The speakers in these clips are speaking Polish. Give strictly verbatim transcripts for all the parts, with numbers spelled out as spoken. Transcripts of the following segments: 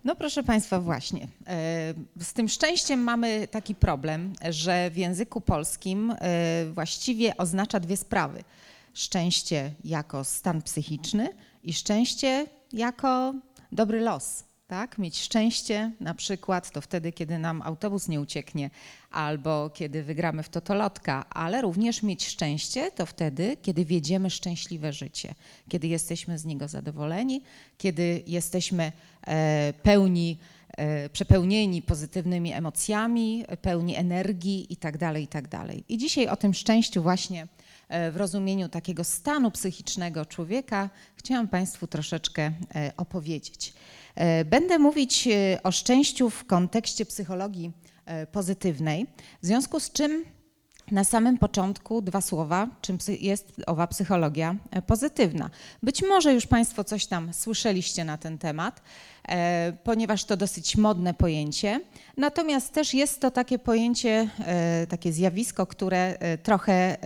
No proszę Państwa, właśnie. Z tym szczęściem mamy taki problem, że w języku polskim właściwie oznacza dwie sprawy. Szczęście jako stan psychiczny i szczęście jako dobry los. Tak? Mieć szczęście na przykład to wtedy, kiedy nam autobus nie ucieknie albo kiedy wygramy w totolotka, ale również mieć szczęście to wtedy, kiedy wiedziemy szczęśliwe życie, kiedy jesteśmy z niego zadowoleni, kiedy jesteśmy e, pełni, e, przepełnieni pozytywnymi emocjami, pełni energii i tak dalej, i tak dalej. I dzisiaj o tym szczęściu właśnie w rozumieniu takiego stanu psychicznego człowieka chciałam Państwu troszeczkę opowiedzieć. Będę mówić o szczęściu w kontekście psychologii pozytywnej, w związku z czym na samym początku dwa słowa, czym jest owa psychologia pozytywna. Być może już Państwo coś tam słyszeliście na ten temat, ponieważ to dosyć modne pojęcie, natomiast też jest to takie pojęcie, takie zjawisko, które trochę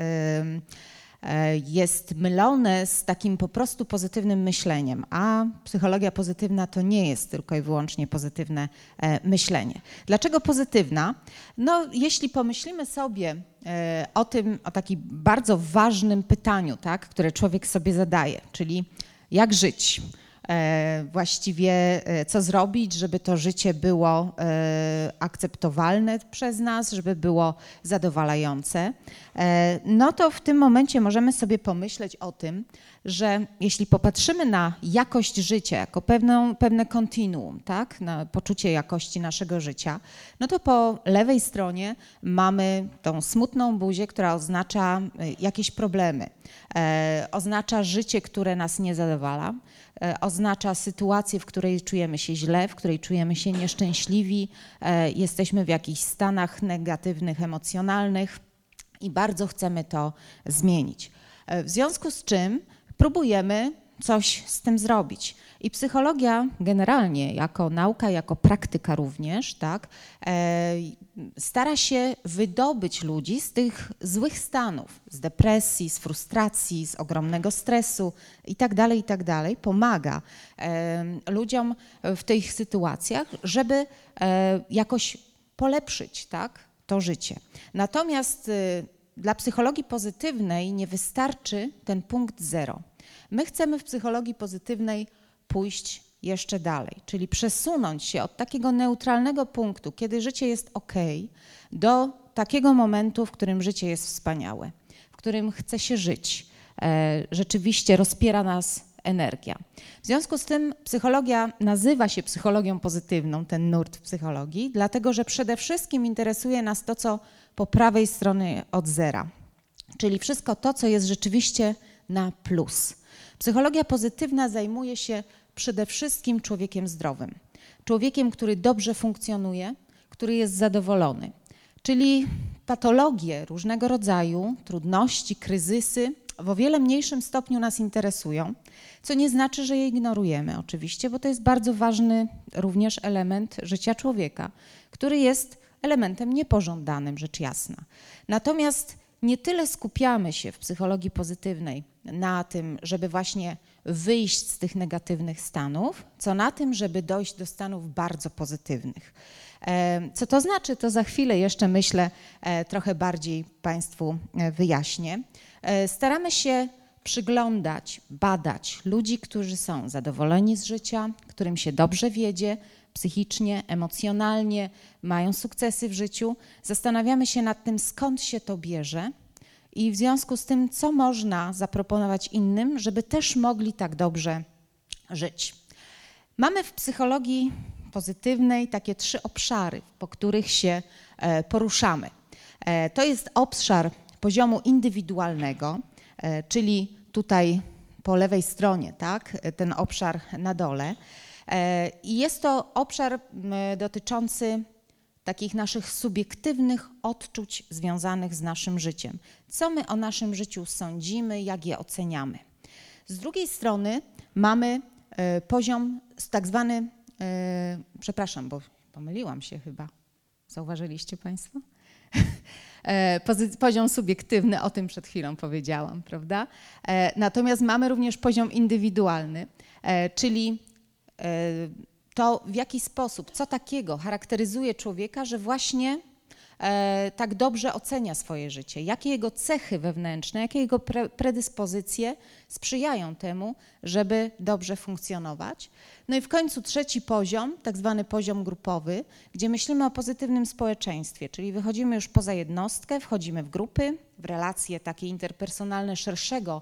jest mylone z takim po prostu pozytywnym myśleniem, a psychologia pozytywna to nie jest tylko i wyłącznie pozytywne myślenie. Dlaczego pozytywna? No, jeśli pomyślimy sobie o tym, o takim bardzo ważnym pytaniu, tak, które człowiek sobie zadaje, czyli jak żyć? Właściwie co zrobić, żeby to życie było akceptowalne przez nas, żeby było zadowalające, no to w tym momencie możemy sobie pomyśleć o tym, że jeśli popatrzymy na jakość życia jako pewną, pewne kontinuum, tak, na poczucie jakości naszego życia, no to po lewej stronie mamy tą smutną buzię, która oznacza jakieś problemy, oznacza życie, które nas nie zadowala, oznacza sytuację, w której czujemy się źle, w której czujemy się nieszczęśliwi, jesteśmy w jakichś stanach negatywnych, emocjonalnych i bardzo chcemy to zmienić. W związku z czym próbujemy coś z tym zrobić. I psychologia generalnie, jako nauka, jako praktyka również, tak, e, stara się wydobyć ludzi z tych złych stanów, z depresji, z frustracji, z ogromnego stresu i tak dalej, i tak dalej. Pomaga e, ludziom w tych sytuacjach, żeby e, jakoś polepszyć, tak, to życie. Natomiast e, dla psychologii pozytywnej nie wystarczy ten punkt zero. My chcemy w psychologii pozytywnej pójść jeszcze dalej, czyli przesunąć się od takiego neutralnego punktu, kiedy życie jest ok, do takiego momentu, w którym życie jest wspaniałe, w którym chce się żyć, e, rzeczywiście rozpiera nas energia. W związku z tym psychologia nazywa się psychologią pozytywną, ten nurt w psychologii, dlatego że przede wszystkim interesuje nas to, co po prawej stronie od zera, czyli wszystko to, co jest rzeczywiście na plus. Psychologia pozytywna zajmuje się przede wszystkim człowiekiem zdrowym, człowiekiem, który dobrze funkcjonuje, który jest zadowolony, czyli patologie różnego rodzaju, trudności, kryzysy w o wiele mniejszym stopniu nas interesują, co nie znaczy, że je ignorujemy oczywiście, bo to jest bardzo ważny również element życia człowieka, który jest elementem niepożądanym, rzecz jasna. Natomiast nie tyle skupiamy się w psychologii pozytywnej na tym, żeby właśnie wyjść z tych negatywnych stanów, co na tym, żeby dojść do stanów bardzo pozytywnych. Co to znaczy, to za chwilę jeszcze myślę trochę bardziej Państwu wyjaśnię. Staramy się przyglądać, badać ludzi, którzy są zadowoleni z życia, którym się dobrze wiedzie, psychicznie, emocjonalnie, mają sukcesy w życiu. Zastanawiamy się nad tym, skąd się to bierze i w związku z tym, co można zaproponować innym, żeby też mogli tak dobrze żyć. Mamy w psychologii pozytywnej takie trzy obszary, po których się poruszamy. To jest obszar poziomu indywidualnego, czyli tutaj po lewej stronie, tak, ten obszar na dole. I jest to obszar dotyczący takich naszych subiektywnych odczuć związanych z naszym życiem. Co my o naszym życiu sądzimy, jak je oceniamy. Z drugiej strony mamy poziom tak zwany, przepraszam, bo pomyliłam się chyba, zauważyliście Państwo? Poziom subiektywny, o tym przed chwilą powiedziałam, prawda? Natomiast mamy również poziom indywidualny, czyli to w jaki sposób, co takiego charakteryzuje człowieka, że właśnie e, tak dobrze ocenia swoje życie, jakie jego cechy wewnętrzne, jakie jego pre, predyspozycje sprzyjają temu, żeby dobrze funkcjonować. No i w końcu trzeci poziom, tak zwany poziom grupowy, gdzie myślimy o pozytywnym społeczeństwie, czyli wychodzimy już poza jednostkę, wchodzimy w grupy, w relacje takie interpersonalne szerszego,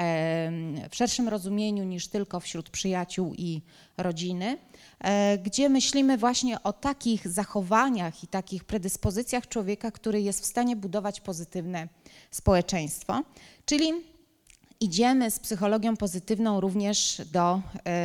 w szerszym rozumieniu niż tylko wśród przyjaciół i rodziny, gdzie myślimy właśnie o takich zachowaniach i takich predyspozycjach człowieka, który jest w stanie budować pozytywne społeczeństwo. Czyli idziemy z psychologią pozytywną również do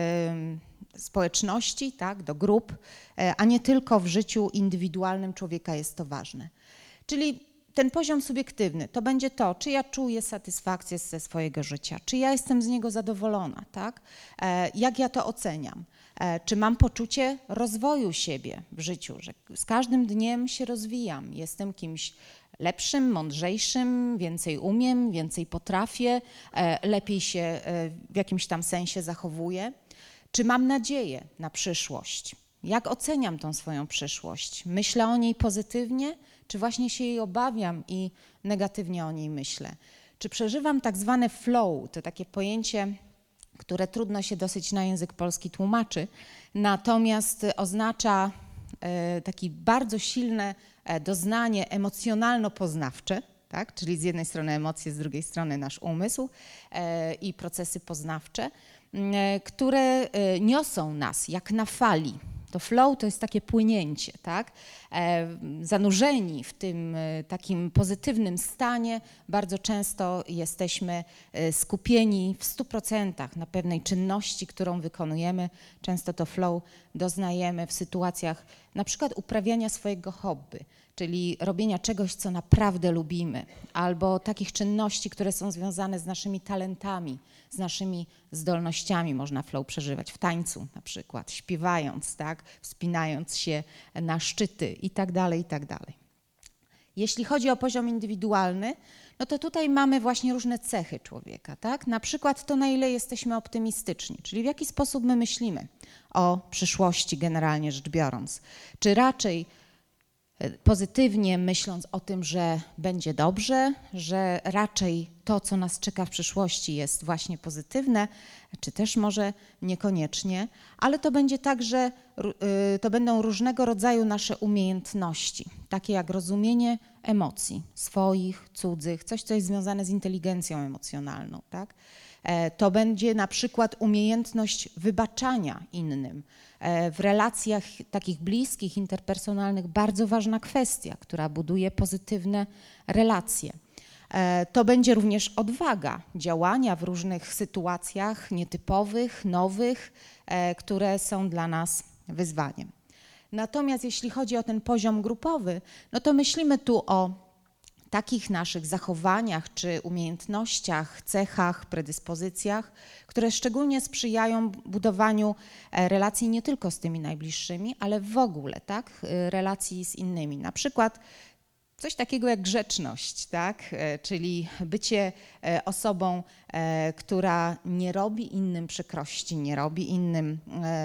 y, społeczności, tak, do grup, y, a nie tylko w życiu indywidualnym człowieka jest to ważne. Czyli ten poziom subiektywny to będzie to, czy ja czuję satysfakcję ze swojego życia, czy ja jestem z niego zadowolona, tak? E, jak ja to oceniam, e, czy mam poczucie rozwoju siebie w życiu, że z każdym dniem się rozwijam, jestem kimś lepszym, mądrzejszym, więcej umiem, więcej potrafię, e, lepiej się e, w jakimś tam sensie zachowuję, czy mam nadzieję na przyszłość, jak oceniam tą swoją przyszłość, myślę o niej pozytywnie, czy właśnie się jej obawiam i negatywnie o niej myślę? Czy przeżywam tak zwane flow, to takie pojęcie, które trudno się dosyć na język polski tłumaczy, natomiast oznacza e, takie bardzo silne doznanie emocjonalno-poznawcze, tak? Czyli z jednej strony emocje, z drugiej strony nasz umysł e, i procesy poznawcze, e, które e, niosą nas jak na fali. To flow to jest takie płynięcie, tak? E, zanurzeni w tym e, takim pozytywnym stanie, bardzo często jesteśmy e, skupieni w stu procentach na pewnej czynności, którą wykonujemy. Często to flow doznajemy w sytuacjach na przykład uprawiania swojego hobby, czyli robienia czegoś, co naprawdę lubimy, albo takich czynności, które są związane z naszymi talentami, z naszymi zdolnościami. Można flow przeżywać w tańcu na przykład, śpiewając, tak, wspinając się na szczyty i tak dalej, i tak dalej. Jeśli chodzi o poziom indywidualny, no to tutaj mamy właśnie różne cechy człowieka, tak? Na przykład to, na ile jesteśmy optymistyczni, czyli w jaki sposób my myślimy o przyszłości generalnie rzecz biorąc. Czy raczej pozytywnie myśląc o tym, że będzie dobrze, że raczej to, co nas czeka w przyszłości jest właśnie pozytywne, czy też może niekoniecznie, ale to będzie także, to będą różnego rodzaju nasze umiejętności, takie jak rozumienie emocji swoich, cudzych, coś, co jest związane z inteligencją emocjonalną, tak? To będzie na przykład umiejętność wybaczania innym. W relacjach takich bliskich, interpersonalnych bardzo ważna kwestia, która buduje pozytywne relacje. To będzie również odwaga działania w różnych sytuacjach nietypowych, nowych, które są dla nas wyzwaniem. Natomiast jeśli chodzi o ten poziom grupowy, no to myślimy tu o takich naszych zachowaniach czy umiejętnościach, cechach, predyspozycjach, które szczególnie sprzyjają budowaniu relacji nie tylko z tymi najbliższymi, ale w ogóle, tak, relacji z innymi. Na przykład coś takiego jak grzeczność, tak, czyli bycie osobą, która nie robi innym przykrości, nie robi innym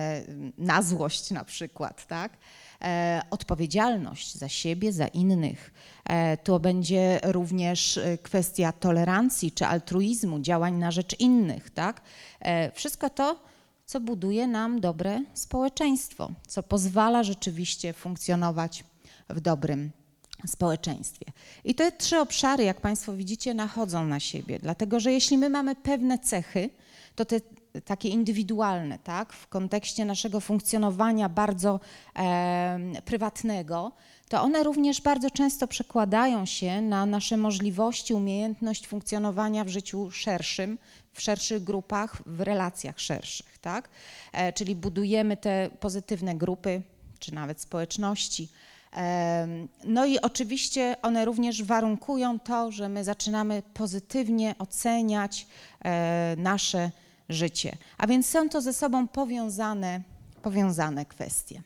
na złość na przykład, tak. E, odpowiedzialność za siebie, za innych. E, to będzie również kwestia tolerancji czy altruizmu, działań na rzecz innych, tak? E, wszystko to, co buduje nam dobre społeczeństwo, co pozwala rzeczywiście funkcjonować w dobrym społeczeństwie. I te trzy obszary, jak Państwo widzicie, nachodzą na siebie, dlatego że jeśli my mamy pewne cechy, to te takie indywidualne, tak, w kontekście naszego funkcjonowania bardzo e, prywatnego, to one również bardzo często przekładają się na nasze możliwości, umiejętność funkcjonowania w życiu szerszym, w szerszych grupach, w relacjach szerszych, tak? E, czyli budujemy te pozytywne grupy, czy nawet społeczności. E, no i oczywiście one również warunkują to, że my zaczynamy pozytywnie oceniać e, nasze życie. A więc są to ze sobą powiązane, powiązane kwestie.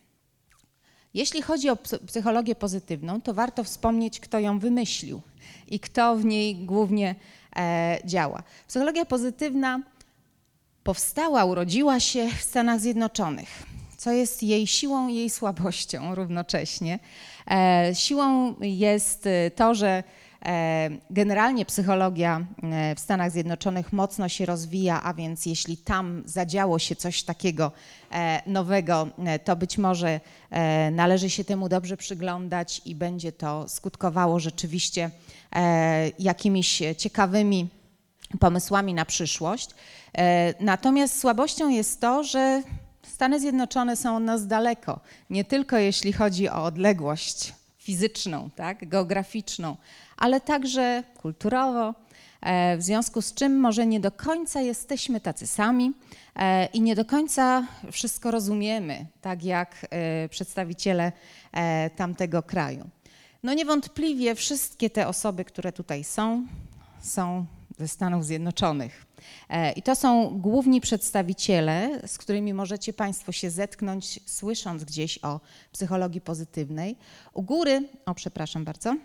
Jeśli chodzi o psychologię pozytywną, to warto wspomnieć, kto ją wymyślił i kto w niej głównie e, działa. Psychologia pozytywna powstała, urodziła się w Stanach Zjednoczonych. co jest jej siłą i jej słabością równocześnie. E, siłą jest to, że e, generalnie psychologia w Stanach Zjednoczonych mocno się rozwija, a więc jeśli tam zadziało się coś takiego e, nowego, to być może e, należy się temu dobrze przyglądać i będzie to skutkowało rzeczywiście e, jakimiś ciekawymi pomysłami na przyszłość. E, natomiast słabością jest to, że Stany Zjednoczone są od nas daleko, nie tylko jeśli chodzi o odległość fizyczną, tak, geograficzną, ale także kulturowo, e, w związku z czym może nie do końca jesteśmy tacy sami e, i nie do końca wszystko rozumiemy, tak jak e, przedstawiciele e, tamtego kraju. No niewątpliwie wszystkie te osoby, które tutaj są, są ze Stanów Zjednoczonych. I to są główni przedstawiciele, z którymi możecie Państwo się zetknąć, słysząc gdzieś o psychologii pozytywnej. U góry, o przepraszam bardzo,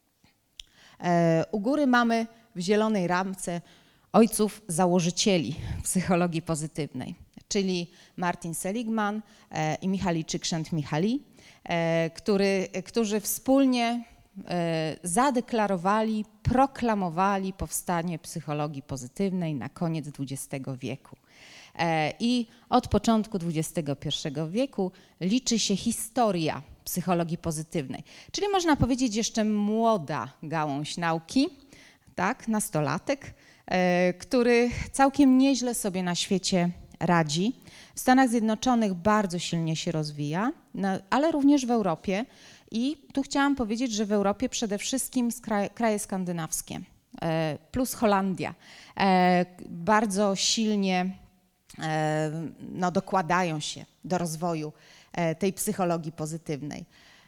u góry mamy w zielonej ramce ojców założycieli psychologii pozytywnej, czyli Martin Seligman i Mihaly Csikszentmihalyi, który, którzy wspólnie zadeklarowali, proklamowali powstanie psychologii pozytywnej na koniec dwudziestego wieku. I od początku dwudziestego pierwszego wieku liczy się historia psychologii pozytywnej, czyli można powiedzieć jeszcze młoda gałąź nauki, tak, nastolatek, który całkiem nieźle sobie na świecie radzi. W Stanach Zjednoczonych bardzo silnie się rozwija, ale również w Europie. I tu chciałam powiedzieć, że w Europie przede wszystkim kraje, kraje skandynawskie plus Holandia bardzo silnie no, dokładają się do rozwoju tej psychologii pozytywnej.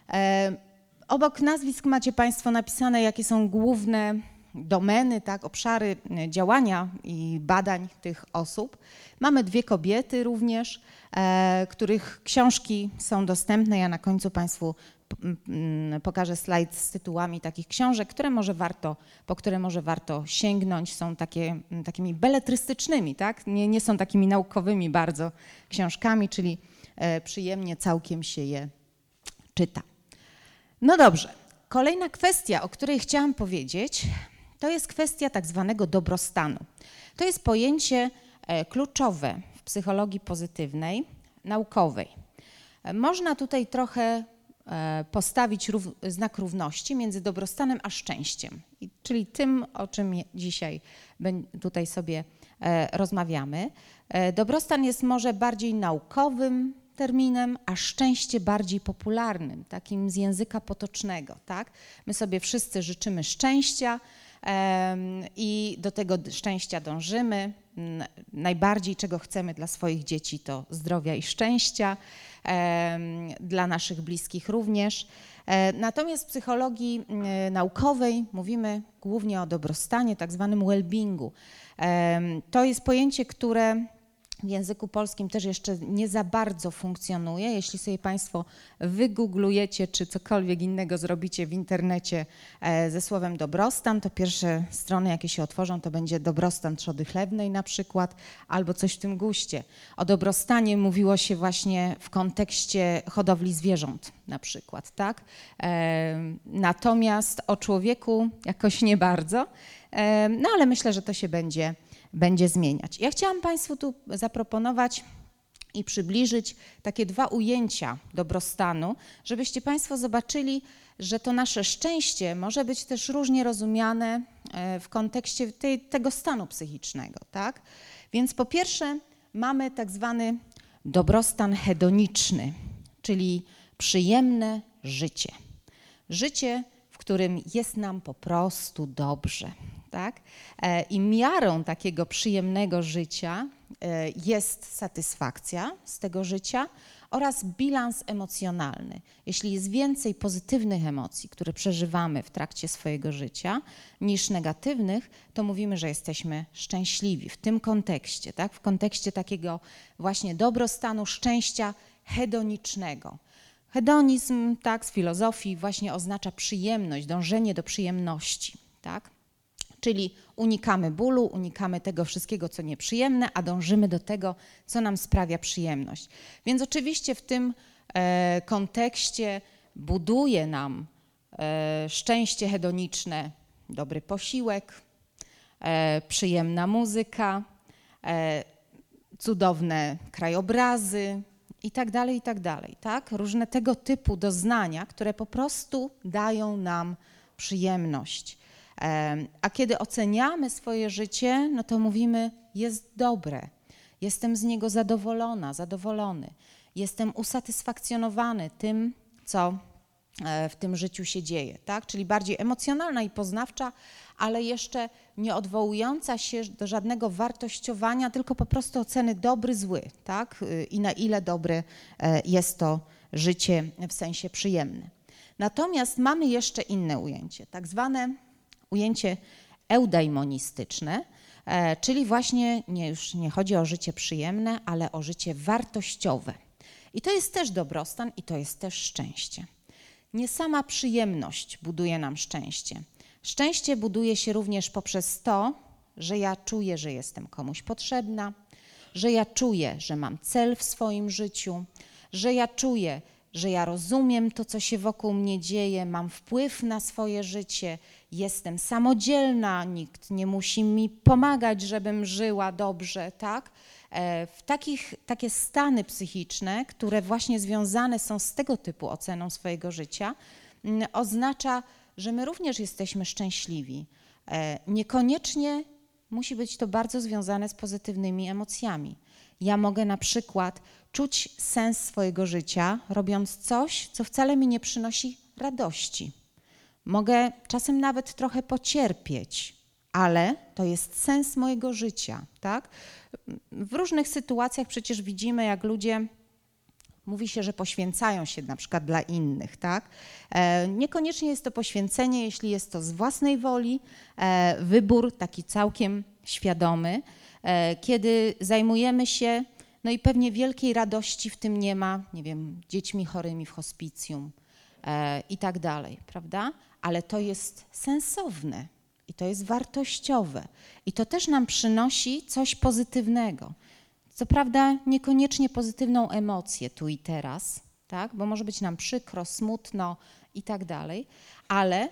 Obok nazwisk macie Państwo napisane, jakie są główne domeny, tak, obszary działania i badań tych osób. Mamy dwie kobiety również, których książki są dostępne. Ja na końcu Państwu pokażę slajd z tytułami takich książek, które może warto, po które może warto sięgnąć. Są takie, takimi beletrystycznymi, tak? Nie, nie są takimi naukowymi bardzo książkami, czyli przyjemnie całkiem się je czyta. No dobrze, kolejna kwestia, o której chciałam powiedzieć, to jest kwestia tak zwanego dobrostanu. To jest pojęcie kluczowe w psychologii pozytywnej, naukowej. Można tutaj trochę postawić rów, znak równości między dobrostanem a szczęściem, czyli tym, o czym dzisiaj tutaj sobie rozmawiamy. Dobrostan jest może bardziej naukowym terminem, a szczęście bardziej popularnym, takim z języka potocznego. Tak? My sobie wszyscy życzymy szczęścia i do tego szczęścia dążymy. Najbardziej, czego chcemy dla swoich dzieci, to zdrowia i szczęścia, dla naszych bliskich również. Natomiast w psychologii naukowej mówimy głównie o dobrostanie, tak zwanym well-beingu. To jest pojęcie, które w języku polskim też jeszcze nie za bardzo funkcjonuje. Jeśli sobie Państwo wygooglujecie, czy cokolwiek innego zrobicie w internecie ze słowem dobrostan, to pierwsze strony, jakie się otworzą, to będzie dobrostan trzody chlewnej na przykład, albo coś w tym guście. O dobrostanie mówiło się właśnie w kontekście hodowli zwierząt na przykład, tak? Natomiast o człowieku jakoś nie bardzo, no ale myślę, że to się będzie będzie zmieniać. Ja chciałam Państwu tu zaproponować i przybliżyć takie dwa ujęcia dobrostanu, żebyście Państwo zobaczyli, że to nasze szczęście może być też różnie rozumiane w kontekście tej, tego stanu psychicznego, tak? Więc po pierwsze mamy tak zwany dobrostan hedoniczny, czyli przyjemne życie. Życie, w którym jest nam po prostu dobrze. Tak? I miarą takiego przyjemnego życia jest satysfakcja z tego życia oraz bilans emocjonalny. Jeśli jest więcej pozytywnych emocji, które przeżywamy w trakcie swojego życia, niż negatywnych, to mówimy, że jesteśmy szczęśliwi w tym kontekście, tak? W kontekście takiego właśnie dobrostanu, szczęścia hedonicznego. Hedonizm, tak, z filozofii właśnie oznacza przyjemność, dążenie do przyjemności, tak? Czyli unikamy bólu, unikamy tego wszystkiego, co nieprzyjemne, a dążymy do tego, co nam sprawia przyjemność. Więc oczywiście w tym e, kontekście buduje nam e, szczęście hedoniczne, dobry posiłek, e, przyjemna muzyka, e, cudowne krajobrazy i tak dalej, i tak dalej, tak? Różne tego typu doznania, które po prostu dają nam przyjemność. A kiedy oceniamy swoje życie, no to mówimy, jest dobre, jestem z niego zadowolona, zadowolony, jestem usatysfakcjonowany tym, co w tym życiu się dzieje, tak? Czyli bardziej emocjonalna i poznawcza, ale jeszcze nie odwołująca się do żadnego wartościowania, tylko po prostu oceny dobry, zły, tak? I na ile dobre jest to życie w sensie przyjemne. Natomiast mamy jeszcze inne ujęcie, tak zwane ujęcie eudaimonistyczne, czyli właśnie nie, już nie chodzi o życie przyjemne, ale o życie wartościowe. I to jest też dobrostan i to jest też szczęście. Nie sama przyjemność buduje nam szczęście. Szczęście buduje się również poprzez to, że ja czuję, że jestem komuś potrzebna, że ja czuję, że mam cel w swoim życiu, że ja czuję, że ja rozumiem to, co się wokół mnie dzieje, mam wpływ na swoje życie, jestem samodzielna, nikt nie musi mi pomagać, żebym żyła dobrze, tak? W takich, takie stany psychiczne, które właśnie związane są z tego typu oceną swojego życia, oznacza, że my również jesteśmy szczęśliwi. Niekoniecznie musi być to bardzo związane z pozytywnymi emocjami. Ja mogę na przykład czuć sens swojego życia, robiąc coś, co wcale mi nie przynosi radości. Mogę czasem nawet trochę pocierpieć, ale to jest sens mojego życia, tak? W różnych sytuacjach przecież widzimy, jak ludzie, mówi się, że poświęcają się na przykład dla innych, tak? E, niekoniecznie jest to poświęcenie, jeśli jest to z własnej woli, e, wybór taki całkiem świadomy, e, kiedy zajmujemy się, no i pewnie wielkiej radości w tym nie ma, nie wiem, dziećmi chorymi w hospicjum e, i tak dalej, prawda? Ale to jest sensowne i to jest wartościowe i to też nam przynosi coś pozytywnego. Co prawda niekoniecznie pozytywną emocję tu i teraz, tak? Bo może być nam przykro, smutno i tak dalej, ale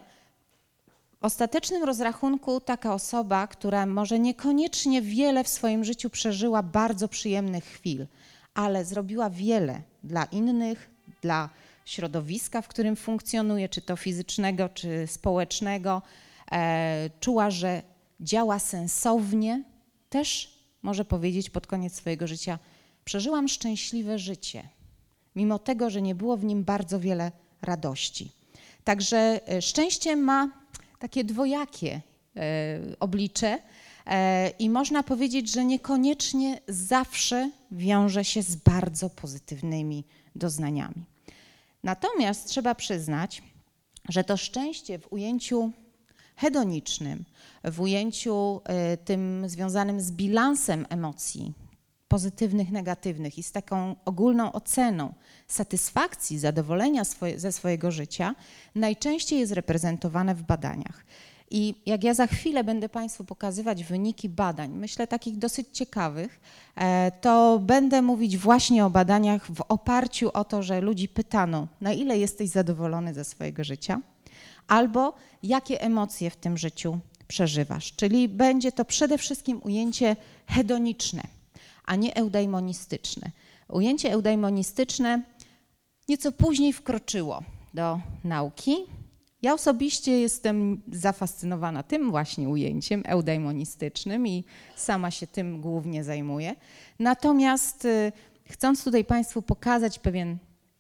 w ostatecznym rozrachunku taka osoba, która może niekoniecznie wiele w swoim życiu przeżyła bardzo przyjemnych chwil, ale zrobiła wiele dla innych, dla środowiska, w którym funkcjonuje, czy to fizycznego, czy społecznego, e, czuła, że działa sensownie, też może powiedzieć pod koniec swojego życia, przeżyłam szczęśliwe życie, mimo tego, że nie było w nim bardzo wiele radości. Także szczęście ma takie dwojakie e, oblicze e, i można powiedzieć, że niekoniecznie zawsze wiąże się z bardzo pozytywnymi doznaniami. Natomiast trzeba przyznać, że to szczęście w ujęciu hedonicznym, w ujęciu y, tym związanym z bilansem emocji pozytywnych, negatywnych i z taką ogólną oceną satysfakcji, zadowolenia swoje, ze swojego życia, najczęściej jest reprezentowane w badaniach. I jak ja za chwilę będę Państwu pokazywać wyniki badań, myślę takich dosyć ciekawych, e, to będę mówić właśnie o badaniach w oparciu o to, że ludzi pytano, na ile jesteś zadowolony ze swojego życia, albo jakie emocje w tym życiu przeżywasz. Czyli będzie to przede wszystkim ujęcie hedoniczne, a nie eudaimonistyczne. Ujęcie eudaimonistyczne nieco później wkroczyło do nauki. Ja osobiście jestem zafascynowana tym właśnie ujęciem eudaimonistycznym i sama się tym głównie zajmuję. Natomiast chcąc tutaj Państwu pokazać pewien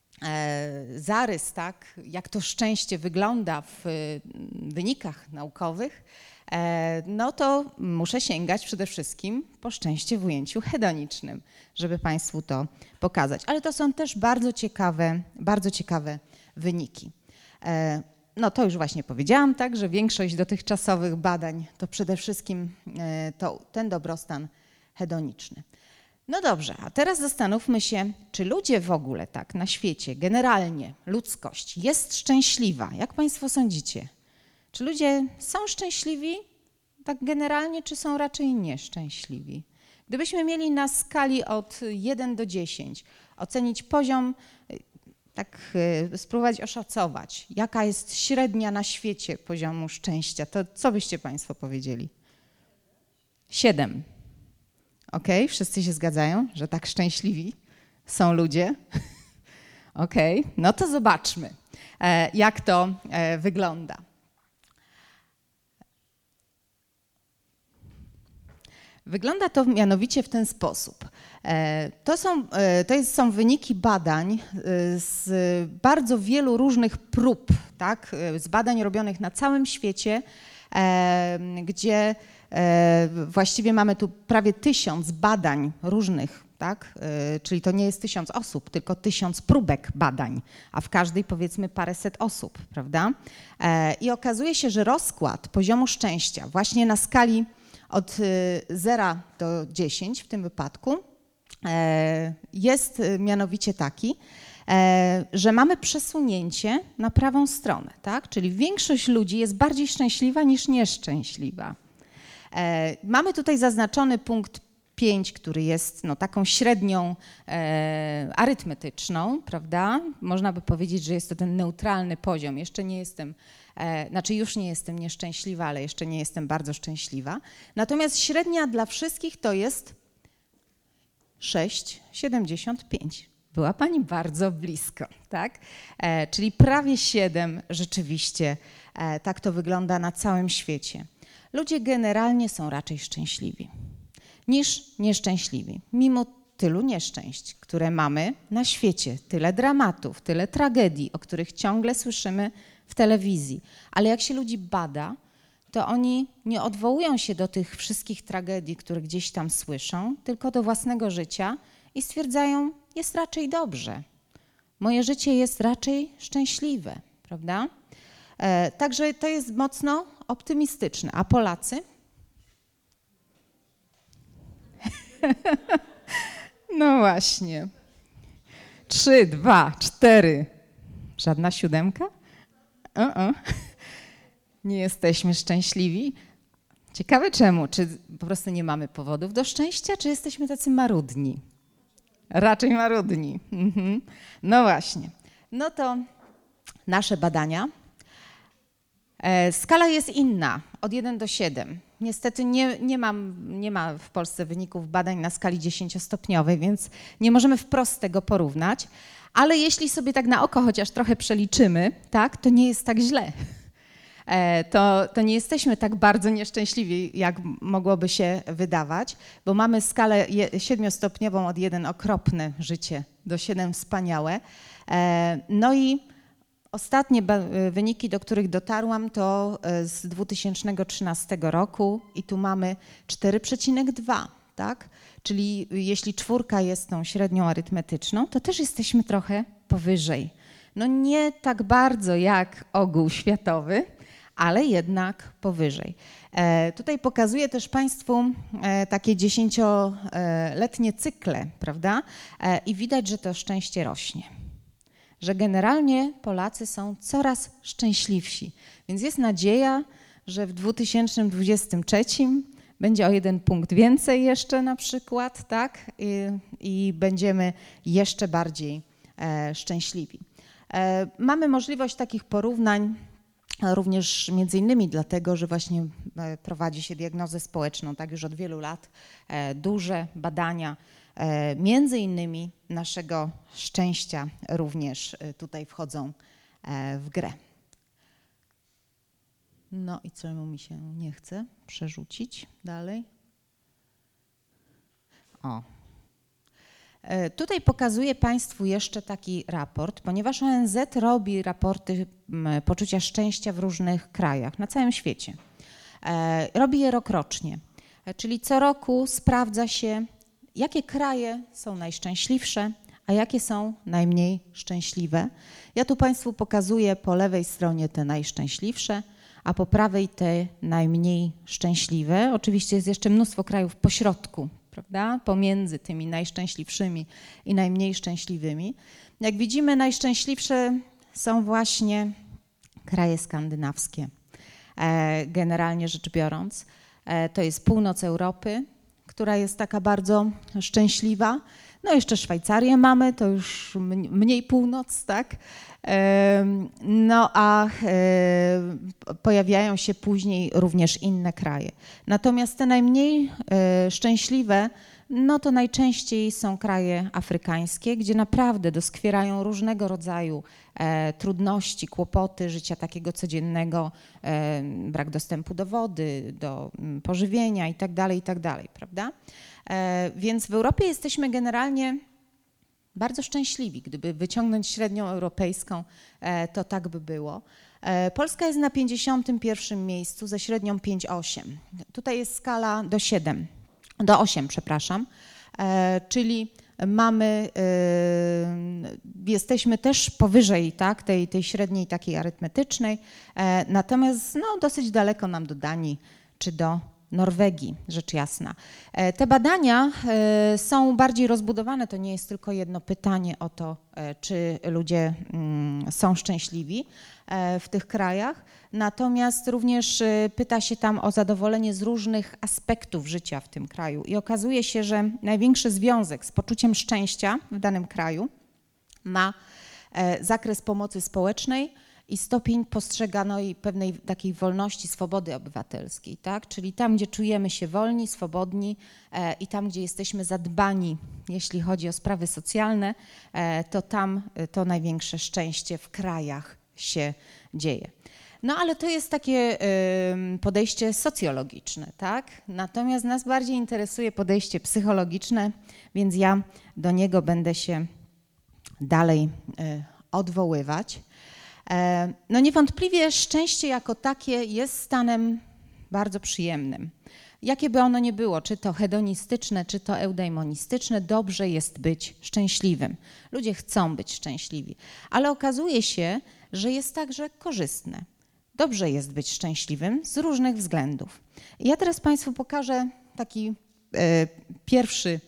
e, zarys, tak, jak to szczęście wygląda w wynikach naukowych, e, no to muszę sięgać przede wszystkim po szczęście w ujęciu hedonicznym, żeby Państwu to pokazać. Ale to są też bardzo ciekawe, bardzo ciekawe wyniki. E, No to już właśnie powiedziałam, tak, że większość dotychczasowych badań to przede wszystkim to ten dobrostan hedoniczny. No dobrze, a teraz zastanówmy się, czy ludzie w ogóle tak na świecie, generalnie ludzkość jest szczęśliwa? Jak Państwo sądzicie? Czy ludzie są szczęśliwi? tak generalnie, czy są raczej nieszczęśliwi? Gdybyśmy mieli na skali od jeden do dziesięciu ocenić poziom, tak spróbować oszacować, jaka jest średnia na świecie poziomu szczęścia, to co byście Państwo powiedzieli? Siedem. Okej, okay, wszyscy się zgadzają, że tak szczęśliwi są ludzie? Okej, okay, no to zobaczmy, jak to wygląda. Wygląda to mianowicie w ten sposób. To są, to jest, są wyniki badań z bardzo wielu różnych prób, tak? Z badań robionych na całym świecie, gdzie właściwie mamy tu prawie tysiąc badań różnych, tak? Czyli to nie jest tysiąc osób, tylko tysiąc próbek badań, a w każdej powiedzmy paręset osób, prawda? I okazuje się, że rozkład poziomu szczęścia właśnie na skali od zera do dziesięciu w tym wypadku jest mianowicie taki, że mamy przesunięcie na prawą stronę, tak? Czyli większość ludzi jest bardziej szczęśliwa niż nieszczęśliwa. Mamy tutaj zaznaczony punkt pięć, który jest no, taką średnią e, arytmetyczną, prawda? Można by powiedzieć, że jest to ten neutralny poziom. Jeszcze nie jestem, e, znaczy już nie jestem nieszczęśliwa, ale jeszcze nie jestem bardzo szczęśliwa. Natomiast średnia dla wszystkich to jest sześć przecinek siedemdziesiąt pięć. Była Pani bardzo blisko, tak? E, czyli prawie siedem rzeczywiście. E, tak to wygląda na całym świecie. Ludzie generalnie są raczej szczęśliwi niż nieszczęśliwi, mimo tylu nieszczęść, które mamy na świecie, tyle dramatów, tyle tragedii, o których ciągle słyszymy w telewizji. Ale jak się ludzi bada, to oni nie odwołują się do tych wszystkich tragedii, które gdzieś tam słyszą, tylko do własnego życia i stwierdzają, jest raczej dobrze. Moje życie jest raczej szczęśliwe, prawda? E, także to jest mocno optymistyczne. A Polacy? No właśnie. Trzy, dwa, cztery. Żadna siódemka? Uh-uh. Nie jesteśmy szczęśliwi. Ciekawe czemu. Czy po prostu nie mamy powodów do szczęścia, czy jesteśmy tacy marudni? Raczej marudni. Mhm. No właśnie. No to nasze badania. E, skala jest inna, od jeden do siedmiu. Niestety nie, nie, mam, nie ma w Polsce wyników badań na skali dziesięciostopniowej, więc nie możemy wprost tego porównać, ale jeśli sobie tak na oko chociaż trochę przeliczymy, tak, to nie jest tak źle. E, to, to nie jesteśmy tak bardzo nieszczęśliwi, jak mogłoby się wydawać, bo mamy skalę siedmiostopniową od jeden okropne życie do siedem wspaniałe. E, no i ostatnie wyniki, do których dotarłam, to z dwa tysiące trzynastego roku i tu mamy cztery przecinek dwa, tak? Czyli jeśli czwórka jest tą średnią arytmetyczną, to też jesteśmy trochę powyżej. No nie tak bardzo jak ogół światowy, ale jednak powyżej. E, tutaj pokazuję też Państwu e, takie dziesięcioletnie cykle, prawda? E, I widać, że to szczęście rośnie. Że generalnie Polacy są coraz szczęśliwsi. Więc jest nadzieja, że w dwa tysiące dwudziestym trzecim będzie o jeden punkt więcej jeszcze na przykład, tak? I, i będziemy jeszcze bardziej e, szczęśliwi. E, mamy możliwość takich porównań również między innymi dlatego, że właśnie prowadzi się diagnozę społeczną, tak już od wielu lat, e, duże badania, między innymi naszego szczęścia również tutaj wchodzą w grę. No i czemu mi się nie chce przerzucić dalej? O. Tutaj pokazuję Państwu jeszcze taki raport, ponieważ O N Z robi raporty poczucia szczęścia w różnych krajach, na całym świecie. Robi je rokrocznie, czyli co roku sprawdza się, jakie kraje są najszczęśliwsze, a jakie są najmniej szczęśliwe. Ja tu Państwu pokazuję po lewej stronie te najszczęśliwsze, a po prawej te najmniej szczęśliwe. Oczywiście jest jeszcze mnóstwo krajów pośrodku, prawda? Pomiędzy tymi najszczęśliwszymi i najmniej szczęśliwymi. Jak widzimy, najszczęśliwsze są właśnie kraje skandynawskie, generalnie rzecz biorąc. To jest północ Europy, która jest taka bardzo szczęśliwa. No jeszcze Szwajcarię mamy, to już mniej północ, tak? No a pojawiają się później również inne kraje. Natomiast te najmniej szczęśliwe, no to najczęściej są kraje afrykańskie, gdzie naprawdę doskwierają różnego rodzaju e, trudności, kłopoty życia takiego codziennego, e, brak dostępu do wody, do m, pożywienia i tak dalej, i tak dalej, prawda? E, więc w Europie jesteśmy generalnie bardzo szczęśliwi. Gdyby wyciągnąć średnią europejską, e, to tak by było. E, Polska jest na pięćdziesiątym pierwszym miejscu ze średnią pięć przecinek osiem. Tutaj jest skala do siedem. Do osiem, przepraszam, e, czyli mamy, e, jesteśmy też powyżej, tak, tej, tej średniej takiej arytmetycznej, e, natomiast no, dosyć daleko nam do Danii czy do Norwegii, rzecz jasna. E, te badania e, są bardziej rozbudowane, to nie jest tylko jedno pytanie o to, e, czy ludzie mm, są szczęśliwi e, w tych krajach, natomiast również e, pyta się tam o zadowolenie z różnych aspektów życia w tym kraju i okazuje się, że największy związek z poczuciem szczęścia w danym kraju ma e, zakres pomocy społecznej i stopień postrzeganej pewnej takiej wolności, swobody obywatelskiej, tak? Czyli tam, gdzie czujemy się wolni, swobodni e, i tam, gdzie jesteśmy zadbani, jeśli chodzi o sprawy socjalne, e, to tam e, to największe szczęście w krajach się dzieje. No ale to jest takie y, podejście socjologiczne, tak? Natomiast nas bardziej interesuje podejście psychologiczne, więc ja do niego będę się dalej y, odwoływać. No niewątpliwie szczęście jako takie jest stanem bardzo przyjemnym. Jakie by ono nie było, czy to hedonistyczne, czy to eudaimonistyczne, dobrze jest być szczęśliwym. Ludzie chcą być szczęśliwi, ale okazuje się, że jest także korzystne. Dobrze jest być szczęśliwym z różnych względów. I ja teraz Państwu pokażę taki e, pierwszy,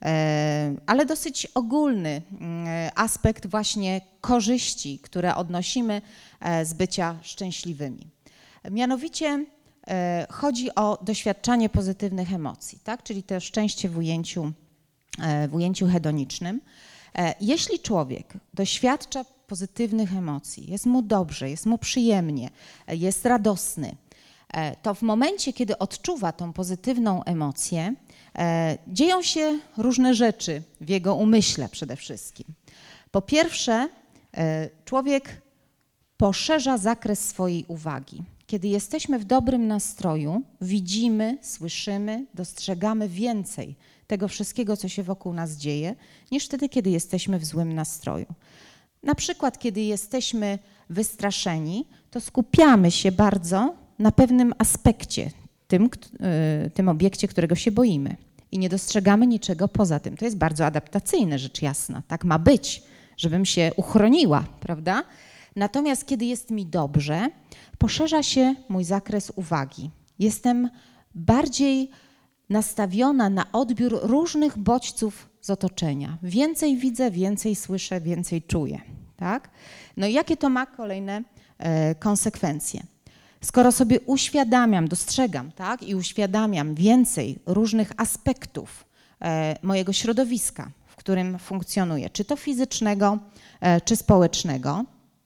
ale dosyć ogólny aspekt właśnie korzyści, które odnosimy z bycia szczęśliwymi. Mianowicie chodzi o doświadczanie pozytywnych emocji, tak? Czyli to szczęście w ujęciu, w ujęciu hedonicznym. Jeśli człowiek doświadcza pozytywnych emocji, jest mu dobrze, jest mu przyjemnie, jest radosny, to w momencie, kiedy odczuwa tą pozytywną emocję, dzieją się różne rzeczy w jego umyśle przede wszystkim. Po pierwsze, człowiek poszerza zakres swojej uwagi. Kiedy jesteśmy w dobrym nastroju, widzimy, słyszymy, dostrzegamy więcej tego wszystkiego, co się wokół nas dzieje, niż wtedy, kiedy jesteśmy w złym nastroju. Na przykład, kiedy jesteśmy wystraszeni, to skupiamy się bardzo na pewnym aspekcie, tym, tym obiekcie, którego się boimy. I nie dostrzegamy niczego poza tym. To jest bardzo adaptacyjne, rzecz jasna. Tak ma być, żebym się uchroniła, prawda? Natomiast kiedy jest mi dobrze, poszerza się mój zakres uwagi. Jestem bardziej nastawiona na odbiór różnych bodźców z otoczenia. Więcej widzę, więcej słyszę, więcej czuję, tak? No i jakie to ma kolejne e, konsekwencje? Skoro sobie uświadamiam, dostrzegam, tak, i uświadamiam więcej różnych aspektów e, mojego środowiska, w którym funkcjonuję, czy to fizycznego, e, czy społecznego,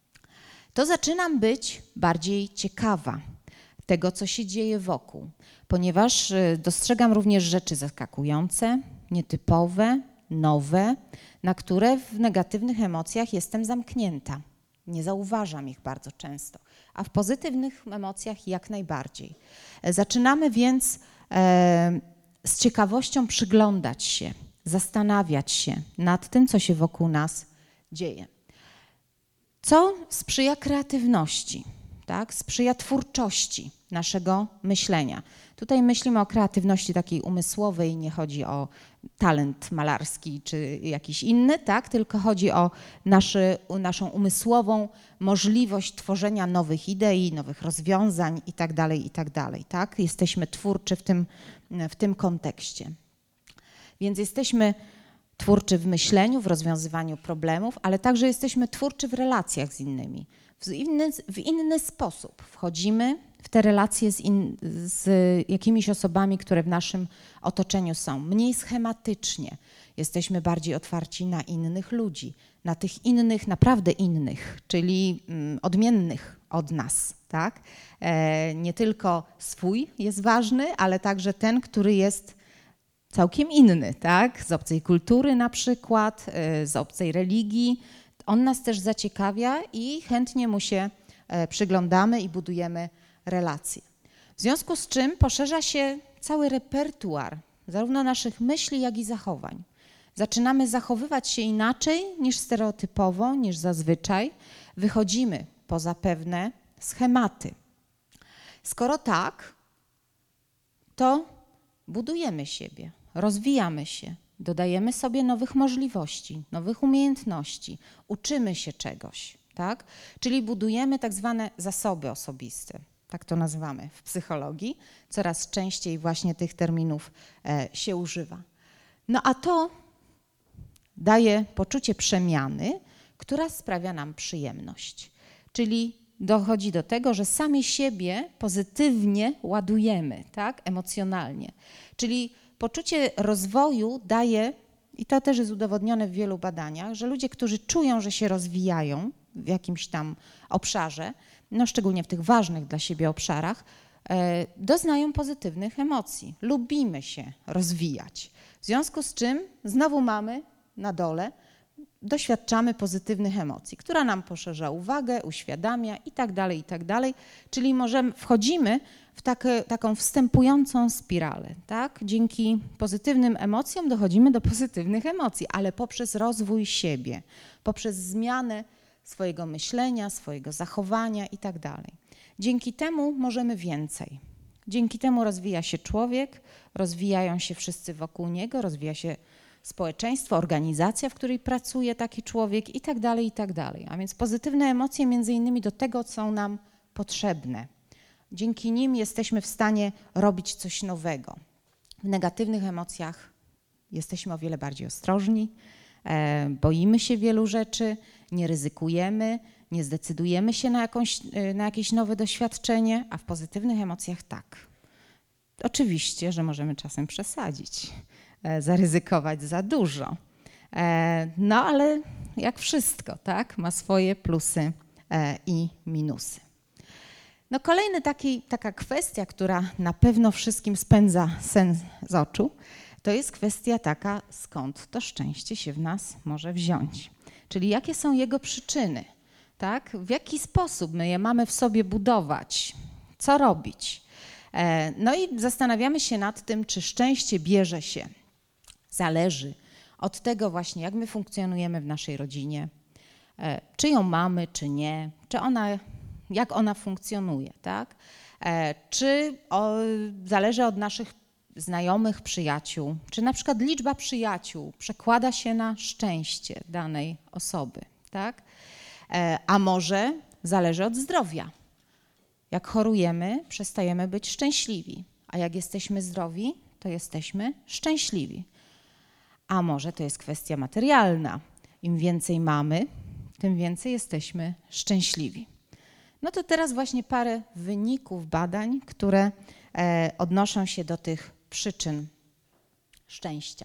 to zaczynam być bardziej ciekawa tego, co się dzieje wokół, ponieważ e, dostrzegam również rzeczy zaskakujące, nietypowe, nowe, na które w negatywnych emocjach jestem zamknięta. Nie zauważam ich bardzo często, a w pozytywnych emocjach jak najbardziej. Zaczynamy więc e, z ciekawością przyglądać się, zastanawiać się nad tym, co się wokół nas dzieje. Co sprzyja kreatywności, tak? Sprzyja twórczości naszego myślenia. Tutaj myślimy o kreatywności takiej umysłowej, nie chodzi o talent malarski czy jakiś inny, tak? Tylko chodzi o naszy, naszą umysłową możliwość tworzenia nowych idei, nowych rozwiązań i tak dalej, i tak dalej, tak? Jesteśmy twórczy w tym, w tym kontekście. Więc jesteśmy twórczy w myśleniu, w rozwiązywaniu problemów, ale także jesteśmy twórczy w relacjach z innymi. w inny, w inny sposób wchodzimy w te relacje z, in, z jakimiś osobami, które w naszym otoczeniu są. Mniej schematycznie. Jesteśmy bardziej otwarci na innych ludzi, na tych innych, naprawdę innych, czyli mm, odmiennych od nas, tak? E, nie tylko swój jest ważny, ale także ten, który jest całkiem inny, tak? Z obcej kultury na przykład, e, z obcej religii. On nas też zaciekawia i chętnie mu się e, przyglądamy i budujemy relacje. W związku z czym poszerza się cały repertuar zarówno naszych myśli, jak i zachowań. Zaczynamy zachowywać się inaczej niż stereotypowo, niż zazwyczaj. Wychodzimy poza pewne schematy. Skoro tak, to budujemy siebie, rozwijamy się, dodajemy sobie nowych możliwości, nowych umiejętności, uczymy się czegoś, tak? Czyli budujemy tak zwane zasoby osobiste, tak to nazywamy w psychologii. Coraz częściej właśnie tych terminów e, się używa. No a to daje poczucie przemiany, która sprawia nam przyjemność. Czyli dochodzi do tego, że sami siebie pozytywnie ładujemy, tak, emocjonalnie. Czyli poczucie rozwoju daje, i to też jest udowodnione w wielu badaniach, że ludzie, którzy czują, że się rozwijają w jakimś tam obszarze, no szczególnie w tych ważnych dla siebie obszarach, e, doznają pozytywnych emocji. Lubimy się rozwijać. W związku z czym znowu mamy na dole, doświadczamy pozytywnych emocji, która nam poszerza uwagę, uświadamia i tak dalej, i tak dalej. Czyli możemy, wchodzimy w takie, taką wstępującą spiralę, tak? Dzięki pozytywnym emocjom dochodzimy do pozytywnych emocji, ale poprzez rozwój siebie, poprzez zmianę swojego myślenia, swojego zachowania i tak dalej. Dzięki temu możemy więcej. Dzięki temu rozwija się człowiek, rozwijają się wszyscy wokół niego, rozwija się społeczeństwo, organizacja, w której pracuje taki człowiek i tak dalej, i tak dalej. A więc pozytywne emocje między innymi do tego są nam potrzebne. Dzięki nim jesteśmy w stanie robić coś nowego. W negatywnych emocjach jesteśmy o wiele bardziej ostrożni, e, boimy się wielu rzeczy, nie ryzykujemy, nie zdecydujemy się na, jakąś, na jakieś nowe doświadczenie, a w pozytywnych emocjach tak. Oczywiście, że możemy czasem przesadzić, zaryzykować za dużo. No ale jak wszystko, tak, ma swoje plusy i minusy. No kolejna taka kwestia, która na pewno wszystkim spędza sen z oczu, to jest kwestia taka, skąd to szczęście się w nas może wziąć. Czyli jakie są jego przyczyny, tak? W jaki sposób my je mamy w sobie budować, co robić. No i zastanawiamy się nad tym, czy szczęście bierze się, zależy od tego właśnie, jak my funkcjonujemy w naszej rodzinie, czy ją mamy, czy nie, czy ona, jak ona funkcjonuje, tak? Czy o, zależy od naszych znajomych, przyjaciół, czy na przykład liczba przyjaciół przekłada się na szczęście danej osoby, tak? A może zależy od zdrowia. Jak chorujemy, przestajemy być szczęśliwi, a jak jesteśmy zdrowi, to jesteśmy szczęśliwi. A może to jest kwestia materialna. Im więcej mamy, tym więcej jesteśmy szczęśliwi. No to teraz właśnie parę wyników badań, które e, odnoszą się do tych przyczyn szczęścia.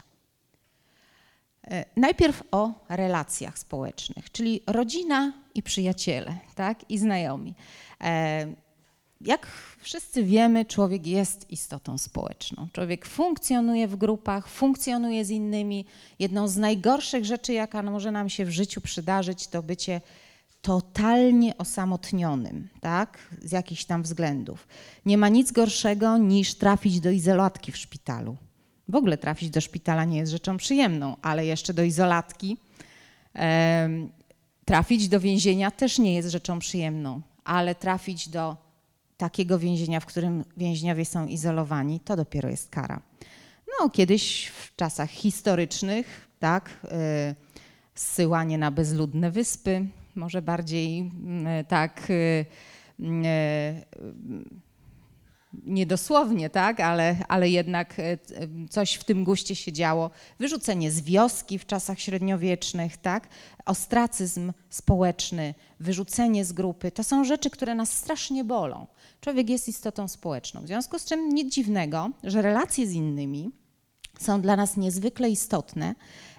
E, najpierw o relacjach społecznych, czyli rodzina i przyjaciele, tak, i znajomi. E, Jak wszyscy wiemy, człowiek jest istotą społeczną. Człowiek funkcjonuje w grupach, funkcjonuje z innymi. Jedną z najgorszych rzeczy, jaka może nam się w życiu przydarzyć, to bycie totalnie osamotnionym, tak? Z jakichś tam względów. Nie ma nic gorszego niż trafić do izolatki w szpitalu. W ogóle trafić do szpitala nie jest rzeczą przyjemną, ale jeszcze do izolatki. E, trafić do więzienia też nie jest rzeczą przyjemną, ale trafić do takiego więzienia, w którym więźniowie są izolowani, to dopiero jest kara. No, kiedyś w czasach historycznych, tak, y, zsyłanie na bezludne wyspy, może bardziej y, tak y, y, niedosłownie, tak, ale, ale jednak coś w tym guście się działo. Wyrzucenie z wioski w czasach średniowiecznych, tak, ostracyzm społeczny, wyrzucenie z grupy, to są rzeczy, które nas strasznie bolą. Człowiek jest istotą społeczną, w związku z czym nic dziwnego, że relacje z innymi są dla nas niezwykle istotne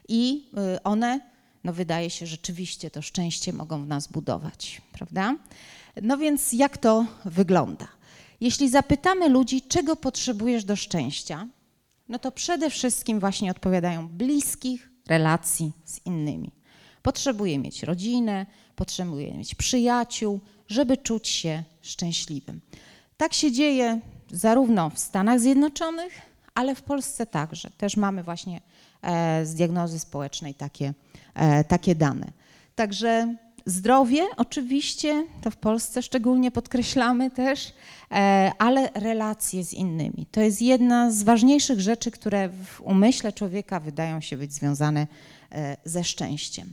i one, no wydaje się, rzeczywiście to szczęście mogą w nas budować, prawda? No więc jak to wygląda? Jeśli zapytamy ludzi, czego potrzebujesz do szczęścia, no to przede wszystkim właśnie odpowiadają bliskich relacji z innymi. Potrzebuję mieć rodzinę, potrzebuję mieć przyjaciół, żeby czuć się szczęśliwym. Tak się dzieje zarówno w Stanach Zjednoczonych, ale w Polsce także. Też mamy właśnie e, z diagnozy społecznej takie, e, takie dane. Także zdrowie oczywiście, to w Polsce szczególnie podkreślamy też, e, ale relacje z innymi. To jest jedna z ważniejszych rzeczy, które w umyśle człowieka wydają się być związane e, ze szczęściem.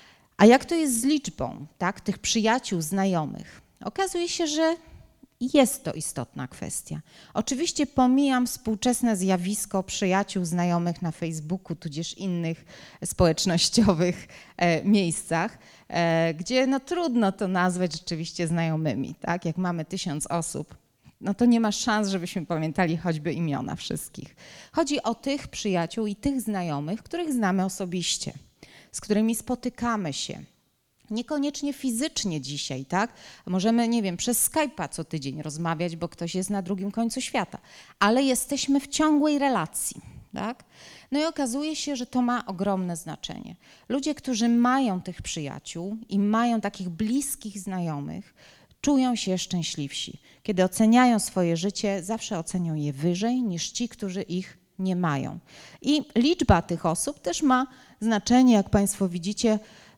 A jak to jest z liczbą, tak, tych przyjaciół, znajomych? Okazuje się, że jest to istotna kwestia. Oczywiście pomijam współczesne zjawisko przyjaciół, znajomych na Facebooku, tudzież innych społecznościowych e, miejscach, e, gdzie no, trudno to nazwać rzeczywiście znajomymi. Tak? Jak mamy tysiąc osób, no to nie ma szans, żebyśmy pamiętali choćby imiona wszystkich. Chodzi o tych przyjaciół i tych znajomych, których znamy osobiście, z którymi spotykamy się. Niekoniecznie fizycznie dzisiaj, tak? Możemy, nie wiem, przez Skype'a co tydzień rozmawiać, bo ktoś jest na drugim końcu świata, ale jesteśmy w ciągłej relacji, tak? No i okazuje się, że to ma ogromne znaczenie. Ludzie, którzy mają tych przyjaciół i mają takich bliskich znajomych, czują się szczęśliwsi. Kiedy oceniają swoje życie, zawsze ocenią je wyżej niż ci, którzy ich nie mają. I liczba tych osób też ma znaczenie, jak Państwo widzicie.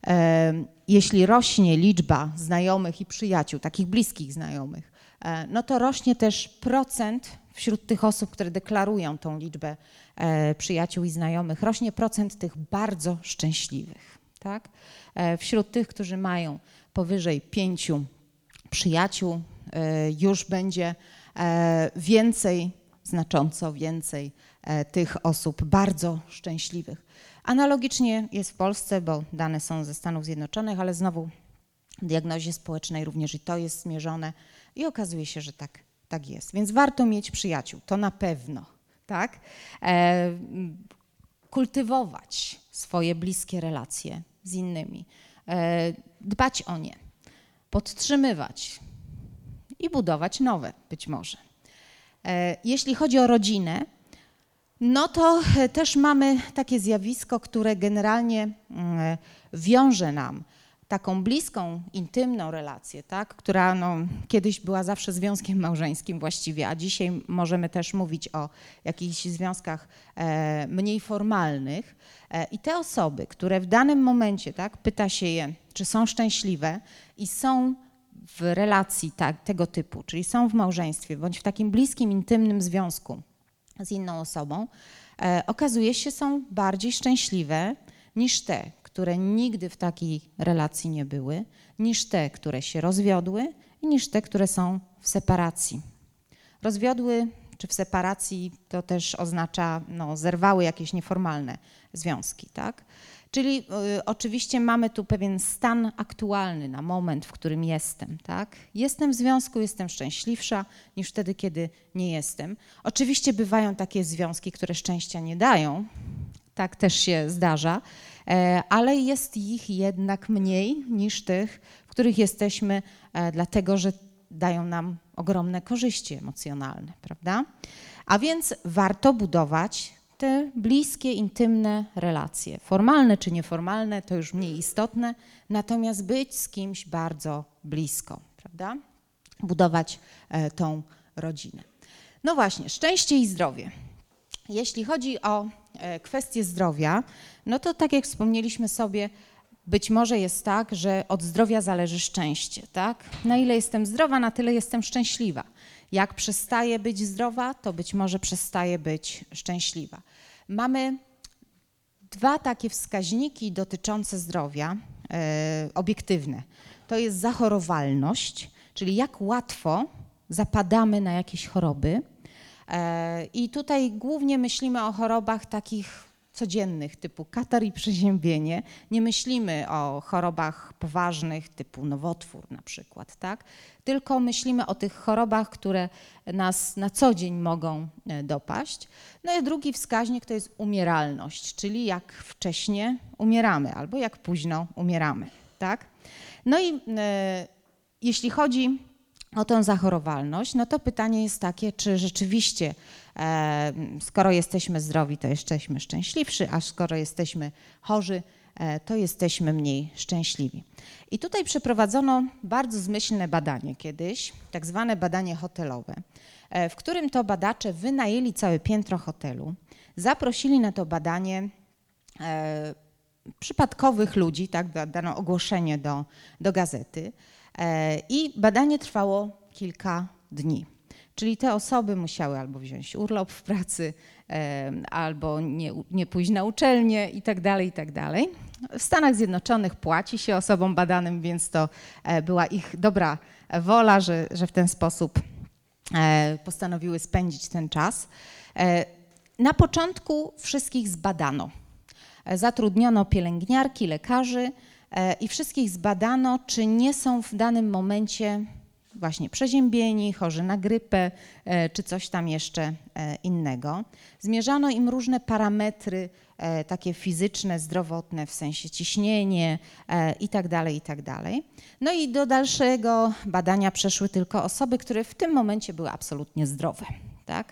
Jeśli rośnie liczba znajomych i przyjaciół, takich bliskich znajomych, no to rośnie też procent wśród tych osób, które deklarują tą liczbę przyjaciół i znajomych, rośnie procent tych bardzo szczęśliwych. Tak? Wśród tych, którzy mają powyżej pięciu przyjaciół, już będzie więcej, znacząco więcej tych osób bardzo szczęśliwych. Analogicznie jest w Polsce, bo dane są ze Stanów Zjednoczonych, ale znowu w diagnozie społecznej również i to jest zmierzone i okazuje się, że tak, tak jest. Więc warto mieć przyjaciół, to na pewno, tak? E, kultywować swoje bliskie relacje z innymi, e, dbać o nie, podtrzymywać i budować nowe być może. E, jeśli chodzi o rodzinę, no to też mamy takie zjawisko, które generalnie wiąże nam taką bliską, intymną relację, tak, która no, kiedyś była zawsze związkiem małżeńskim właściwie, a dzisiaj możemy też mówić o jakichś związkach e, mniej formalnych. E, I te osoby, które w danym momencie, tak, pyta się je, czy są szczęśliwe i są w relacji tak, tego typu, czyli są w małżeństwie bądź w takim bliskim, intymnym związku z inną osobą, e, okazuje się, są bardziej szczęśliwe niż te, które nigdy w takiej relacji nie były, niż te, które się rozwiodły i niż te, które są w separacji. Rozwiodły czy w separacji to też oznacza, no, zerwały jakieś nieformalne związki, tak? Czyli y, oczywiście mamy tu pewien stan aktualny na moment, w którym jestem, tak? Jestem w związku, jestem szczęśliwsza niż wtedy, kiedy nie jestem. Oczywiście bywają takie związki, które szczęścia nie dają, tak też się zdarza, e, ale jest ich jednak mniej niż tych, w których jesteśmy, e, dlatego że dają nam ogromne korzyści emocjonalne, prawda? A więc warto budować te bliskie, intymne relacje. Formalne czy nieformalne to już mniej istotne, natomiast być z kimś bardzo blisko, prawda? Budować e, tą rodzinę. No właśnie, szczęście i zdrowie. Jeśli chodzi o e, kwestię zdrowia, no to tak jak wspomnieliśmy sobie, być może jest tak, że od zdrowia zależy szczęście, tak? Na ile jestem zdrowa, na tyle jestem szczęśliwa. Jak przestaję być zdrowa, to być może przestaję być szczęśliwa. Mamy dwa takie wskaźniki dotyczące zdrowia, e, obiektywne. To jest zachorowalność, czyli jak łatwo zapadamy na jakieś choroby. I tutaj głównie myślimy o chorobach takich codziennych typu katar i przeziębienie. Nie myślimy o chorobach poważnych typu nowotwór na przykład, tak? Tylko myślimy o tych chorobach, które nas na co dzień mogą dopaść. No i drugi wskaźnik to jest umieralność, czyli jak wcześnie umieramy albo jak późno umieramy, tak? No i e, jeśli chodzi o tę zachorowalność, no to pytanie jest takie, czy rzeczywiście e, skoro jesteśmy zdrowi, to jesteśmy szczęśliwsi, a skoro jesteśmy chorzy, e, to jesteśmy mniej szczęśliwi. I tutaj przeprowadzono bardzo zmyślne badanie kiedyś, tak zwane badanie hotelowe, e, w którym to badacze wynajęli całe piętro hotelu, zaprosili na to badanie e, przypadkowych ludzi, tak, dano ogłoszenie do, do gazety. I badanie trwało kilka dni, czyli te osoby musiały albo wziąć urlop w pracy, albo nie, nie pójść na uczelnię i tak dalej, i tak dalej. W Stanach Zjednoczonych płaci się osobom badanym, więc to była ich dobra wola, że, że w ten sposób postanowiły spędzić ten czas. Na początku wszystkich zbadano. Zatrudniono pielęgniarki, lekarzy, i wszystkich zbadano, czy nie są w danym momencie właśnie przeziębieni, chorzy na grypę, czy coś tam jeszcze innego. Zmierzano im różne parametry takie fizyczne, zdrowotne, w sensie ciśnienie i tak dalej, i tak dalej. No i do dalszego badania przeszły tylko osoby, które w tym momencie były absolutnie zdrowe, tak?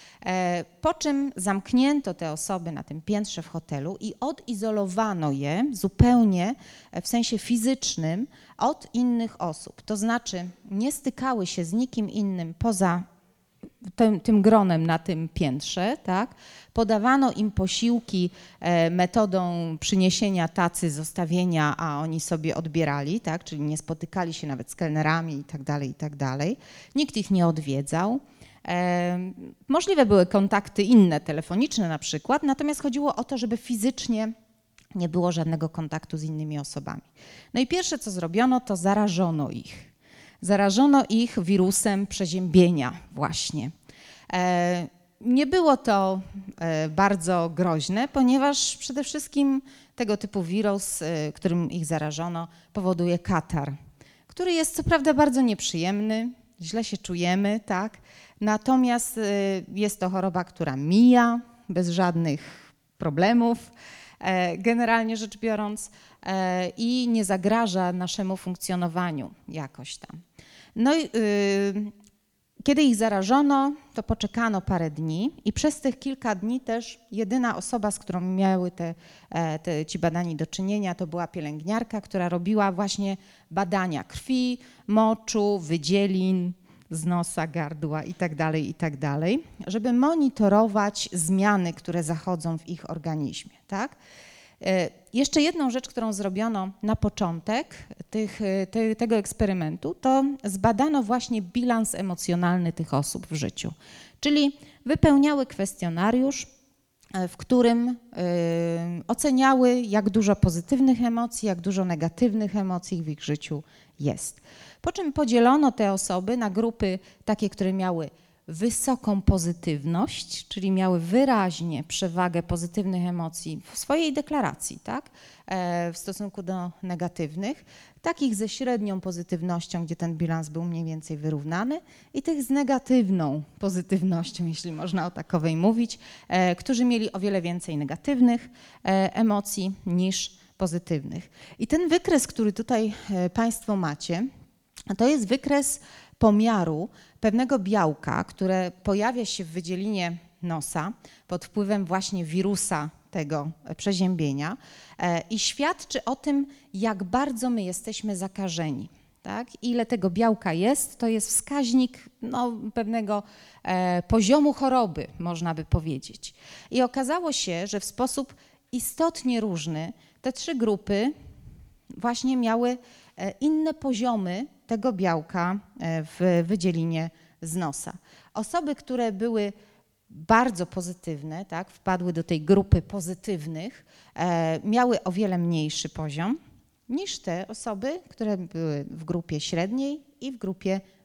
Po czym zamknięto te osoby na tym piętrze w hotelu i odizolowano je zupełnie w sensie fizycznym od innych osób. To znaczy nie stykały się z nikim innym poza tym, tym gronem na tym piętrze, tak? Podawano im posiłki metodą przyniesienia tacy, zostawienia, a oni sobie odbierali, tak? Czyli nie spotykali się nawet z kelnerami i tak dalej, i tak dalej. Nikt ich nie odwiedzał. Możliwe były kontakty inne, telefoniczne na przykład, natomiast chodziło o to, żeby fizycznie nie było żadnego kontaktu z innymi osobami. No i pierwsze, co zrobiono, to zarażono ich. Zarażono ich wirusem przeziębienia właśnie. Nie było to bardzo groźne, ponieważ przede wszystkim tego typu wirus, którym ich zarażono, powoduje katar, który jest co prawda bardzo nieprzyjemny, źle się czujemy, tak? Natomiast jest to choroba, która mija bez żadnych problemów, generalnie rzecz biorąc, i nie zagraża naszemu funkcjonowaniu jakoś tam. No i kiedy ich zarażono, to poczekano parę dni i przez tych kilka dni też jedyna osoba, z którą miały te, te, ci badani do czynienia, to była pielęgniarka, która robiła właśnie badania krwi, moczu, wydzielin, z nosa, gardła i tak dalej, i tak dalej, żeby monitorować zmiany, które zachodzą w ich organizmie, tak? Jeszcze jedną rzecz, którą zrobiono na początek tych, te, tego eksperymentu, to zbadano właśnie bilans emocjonalny tych osób w życiu. Czyli wypełniały kwestionariusz, w którym y, oceniały, jak dużo pozytywnych emocji, jak dużo negatywnych emocji w ich życiu jest. Po czym podzielono te osoby na grupy takie, które miały wysoką pozytywność, czyli miały wyraźnie przewagę pozytywnych emocji w swojej deklaracji, tak? E, w stosunku do negatywnych, takich ze średnią pozytywnością, gdzie ten bilans był mniej więcej wyrównany, i tych z negatywną pozytywnością, jeśli można o takowej mówić, e, którzy mieli o wiele więcej negatywnych e, emocji niż pozytywnych. I ten wykres, który tutaj e, Państwo macie, to jest wykres pomiaru pewnego białka, które pojawia się w wydzielinie nosa pod wpływem właśnie wirusa tego przeziębienia i świadczy o tym, jak bardzo my jesteśmy zakażeni. Tak? Ile tego białka jest, to jest wskaźnik no, pewnego e, poziomu choroby, można by powiedzieć. I okazało się, że w sposób istotnie różny te trzy grupy właśnie miały e, inne poziomy tego białka w wydzielinie z nosa. Osoby, które były bardzo pozytywne, tak, wpadły do tej grupy pozytywnych, e, miały o wiele mniejszy poziom niż te osoby, które były w grupie średniej i w grupie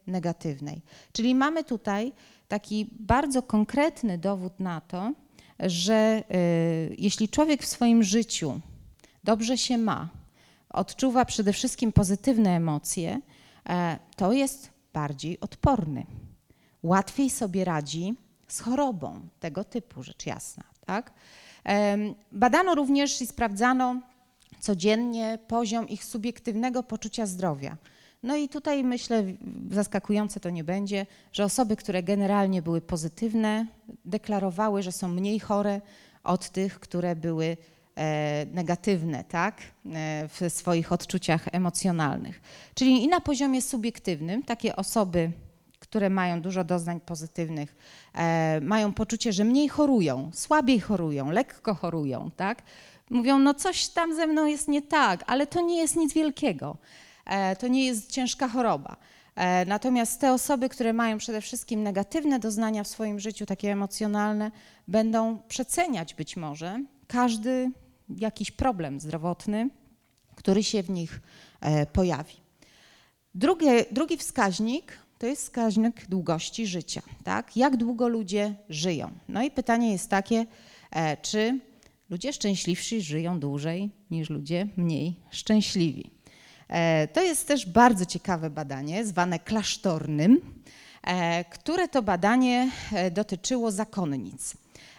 negatywnej. Czyli mamy tutaj taki bardzo konkretny dowód na to, że y, jeśli człowiek w swoim życiu dobrze się ma, odczuwa przede wszystkim pozytywne emocje, e, to jest bardziej odporny. Łatwiej sobie radzi z chorobą tego typu, rzecz jasna. Tak? E, badano również i sprawdzano codziennie poziom ich subiektywnego poczucia zdrowia. No i tutaj myślę, zaskakujące to nie będzie, że osoby, które generalnie były pozytywne, deklarowały, że są mniej chore od tych, które były e, negatywne, tak, e, w swoich odczuciach emocjonalnych. Czyli i na poziomie subiektywnym takie osoby, które mają dużo doznań pozytywnych, e, mają poczucie, że mniej chorują, słabiej chorują, lekko chorują, tak. Mówią, no coś tam ze mną jest nie tak, ale to nie jest nic wielkiego. To nie jest ciężka choroba. Natomiast te osoby, które mają przede wszystkim negatywne doznania w swoim życiu, takie emocjonalne, będą przeceniać być może każdy jakiś problem zdrowotny, który się w nich pojawi. Drugi, drugi wskaźnik to jest wskaźnik długości życia. Tak? Jak długo ludzie żyją? No i pytanie jest takie, czy ludzie szczęśliwsi żyją dłużej niż ludzie mniej szczęśliwi. To jest też bardzo ciekawe badanie, zwane klasztornym, które to badanie dotyczyło zakonnic.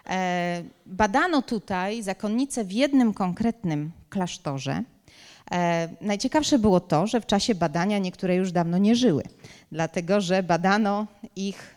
Badano tutaj zakonnice w jednym konkretnym klasztorze. Najciekawsze było to, że w czasie badania niektóre już dawno nie żyły, dlatego że badano ich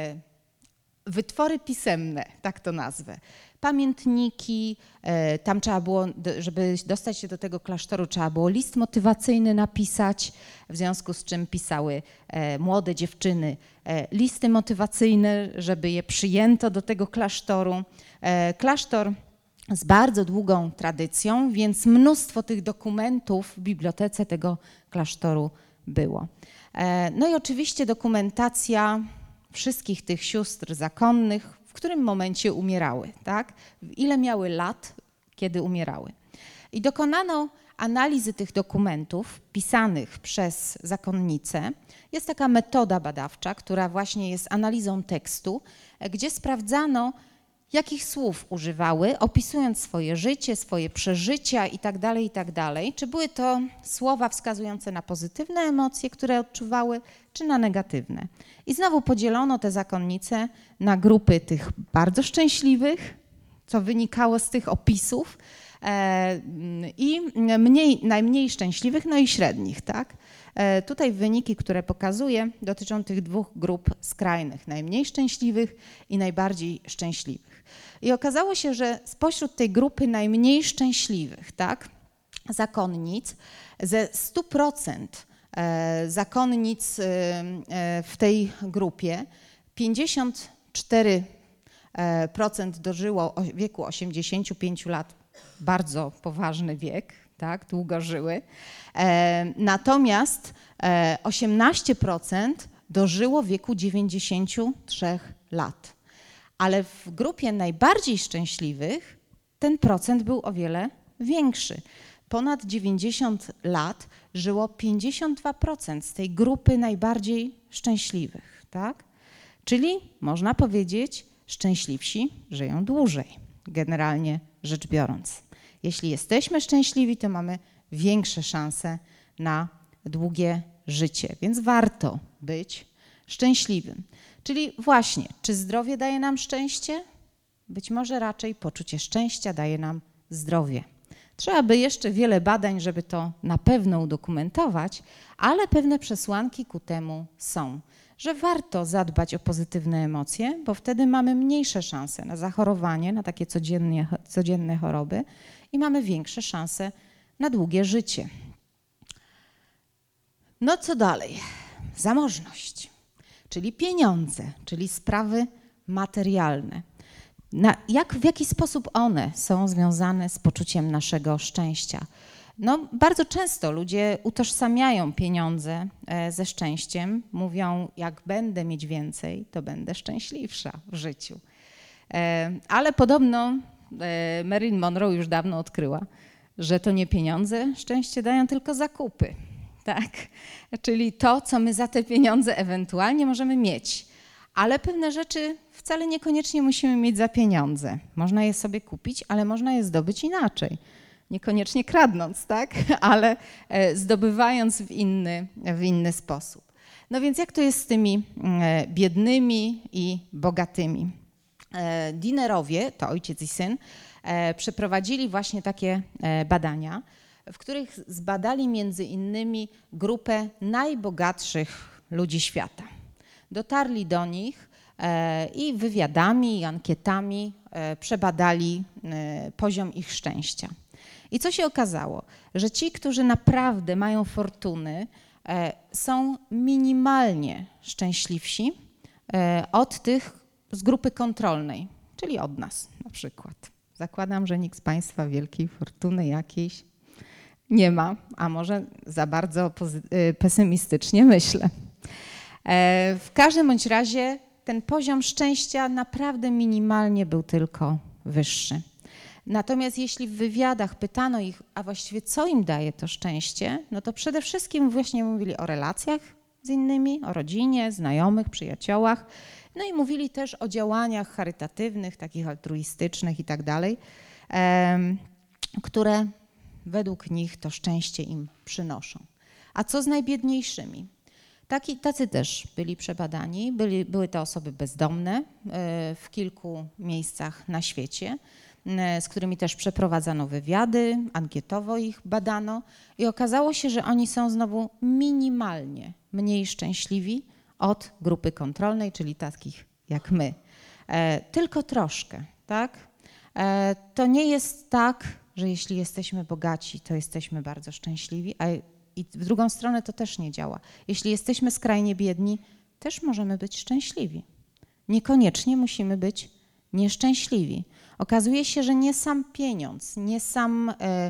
wytwory pisemne, tak to nazwę. Pamiętniki, tam trzeba było, żeby dostać się do tego klasztoru, trzeba było list motywacyjny napisać, w związku z czym pisały młode dziewczyny listy motywacyjne, żeby je przyjęto do tego klasztoru. Klasztor z bardzo długą tradycją, więc mnóstwo tych dokumentów w bibliotece tego klasztoru było. No i oczywiście dokumentacja wszystkich tych sióstr zakonnych, w którym momencie umierały, tak? Ile miały lat, kiedy umierały. I dokonano analizy tych dokumentów pisanych przez zakonnice. Jest taka metoda badawcza, która właśnie jest analizą tekstu, gdzie sprawdzano, jakich słów używały, opisując swoje życie, swoje przeżycia itd., itd. Czy były to słowa wskazujące na pozytywne emocje, które odczuwały, czy na negatywne. I znowu podzielono te zakonnice na grupy tych bardzo szczęśliwych, co wynikało z tych opisów, e, i mniej, najmniej szczęśliwych, no i średnich, tak? E, tutaj wyniki, które pokazuję, dotyczą tych dwóch grup skrajnych, najmniej szczęśliwych i najbardziej szczęśliwych. I okazało się, że spośród tej grupy najmniej szczęśliwych, tak, zakonnic, ze stu procent zakonnic w tej grupie pięćdziesiąt cztery procent dożyło wieku osiemdziesięciu pięciu lat, bardzo poważny wiek, tak, długo żyły. Natomiast osiemnaście procent dożyło wieku dziewięćdziesięciu trzech lat. Ale w grupie najbardziej szczęśliwych ten procent był o wiele większy. Ponad dziewięćdziesiąt lat żyło pięćdziesiąt dwa procent z tej grupy najbardziej szczęśliwych, tak? Czyli można powiedzieć, szczęśliwsi żyją dłużej, generalnie rzecz biorąc. Jeśli jesteśmy szczęśliwi, to mamy większe szanse na długie życie, więc warto być szczęśliwym. Czyli właśnie, czy zdrowie daje nam szczęście? Być może raczej poczucie szczęścia daje nam zdrowie. Trzeba by jeszcze wiele badań, żeby to na pewno udokumentować, ale pewne przesłanki ku temu są, że warto zadbać o pozytywne emocje, bo wtedy mamy mniejsze szanse na zachorowanie, na takie codziennie, codzienne choroby i mamy większe szanse na długie życie. No co dalej? Zamożność, czyli pieniądze, czyli sprawy materialne. Na, jak, w jaki sposób one są związane z poczuciem naszego szczęścia? No, bardzo często ludzie utożsamiają pieniądze ze szczęściem, mówią, jak będę mieć więcej, to będę szczęśliwsza w życiu. Ale podobno Marilyn Monroe już dawno odkryła, że to nie pieniądze szczęście dają, tylko zakupy. tak? Czyli to, co my za te pieniądze ewentualnie możemy mieć. Ale pewne rzeczy wcale niekoniecznie musimy mieć za pieniądze. Można je sobie kupić, ale można je zdobyć inaczej. Niekoniecznie kradnąc, tak? Ale zdobywając w inny, w inny sposób. No więc jak to jest z tymi biednymi i bogatymi? Dinerowie, to ojciec i syn, przeprowadzili właśnie takie badania, w których zbadali między innymi grupę najbogatszych ludzi świata. Dotarli do nich i wywiadami, i ankietami przebadali poziom ich szczęścia. I co się okazało? Że ci, którzy naprawdę mają fortuny, są minimalnie szczęśliwsi od tych z grupy kontrolnej, czyli od nas na przykład. Zakładam, że nikt z Państwa wielkiej fortuny jakiejś nie ma, a może za bardzo pesymistycznie myślę. W każdym bądź razie ten poziom szczęścia naprawdę minimalnie był tylko wyższy. Natomiast jeśli w wywiadach pytano ich, a właściwie co im daje to szczęście, no to przede wszystkim właśnie mówili o relacjach z innymi, o rodzinie, znajomych, przyjaciołach, no i mówili też o działaniach charytatywnych, takich altruistycznych i tak dalej, które według nich to szczęście im przynoszą. A co z najbiedniejszymi? Taki, tacy też byli przebadani, byli, były to osoby bezdomne w kilku miejscach na świecie, z którymi też przeprowadzano wywiady, ankietowo ich badano i okazało się, że oni są znowu minimalnie mniej szczęśliwi od grupy kontrolnej, czyli takich jak my. E, tylko troszkę, tak? E, to nie jest tak, że jeśli jesteśmy bogaci, to jesteśmy bardzo szczęśliwi, a i w drugą stronę to też nie działa. Jeśli jesteśmy skrajnie biedni, też możemy być szczęśliwi. Niekoniecznie musimy być nieszczęśliwi. Okazuje się, że nie sam pieniądz, nie sam e,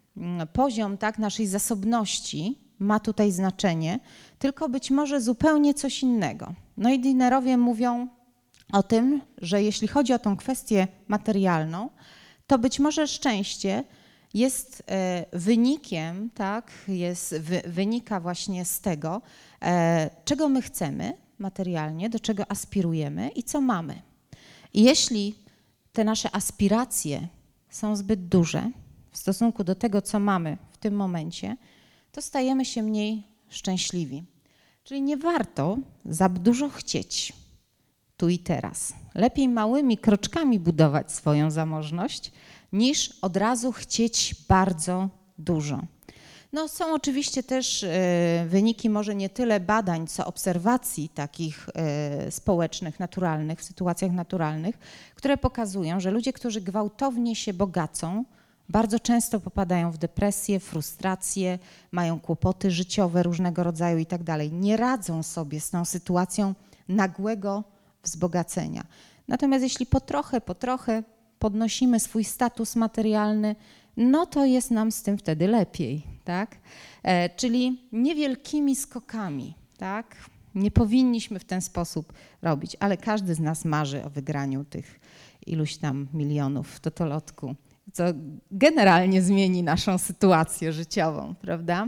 poziom tak, naszej zasobności ma tutaj znaczenie, tylko być może zupełnie coś innego. No i dinerowie mówią o tym, że jeśli chodzi o tą kwestię materialną, to być może szczęście jest e, wynikiem, tak, jest, wy, wynika właśnie z tego, e, czego my chcemy materialnie, do czego aspirujemy i co mamy. I jeśli te nasze aspiracje są zbyt duże w stosunku do tego, co mamy w tym momencie, to stajemy się mniej szczęśliwi. Czyli nie warto za dużo chcieć tu i teraz. Lepiej małymi kroczkami budować swoją zamożność, niż od razu chcieć bardzo dużo. No, są oczywiście też e, wyniki może nie tyle badań, co obserwacji takich e, społecznych, naturalnych, w sytuacjach naturalnych, które pokazują, że ludzie, którzy gwałtownie się bogacą, bardzo często popadają w depresję, frustrację, mają kłopoty życiowe różnego rodzaju i tak dalej. Nie radzą sobie z tą sytuacją nagłego wzbogacenia. Natomiast jeśli po trochę, po trochę podnosimy swój status materialny, no to jest nam z tym wtedy lepiej, tak? E, czyli niewielkimi skokami, tak? Nie powinniśmy w ten sposób robić, ale każdy z nas marzy o wygraniu tych iluś tam milionów w totolotku, co generalnie zmieni naszą sytuację życiową, prawda?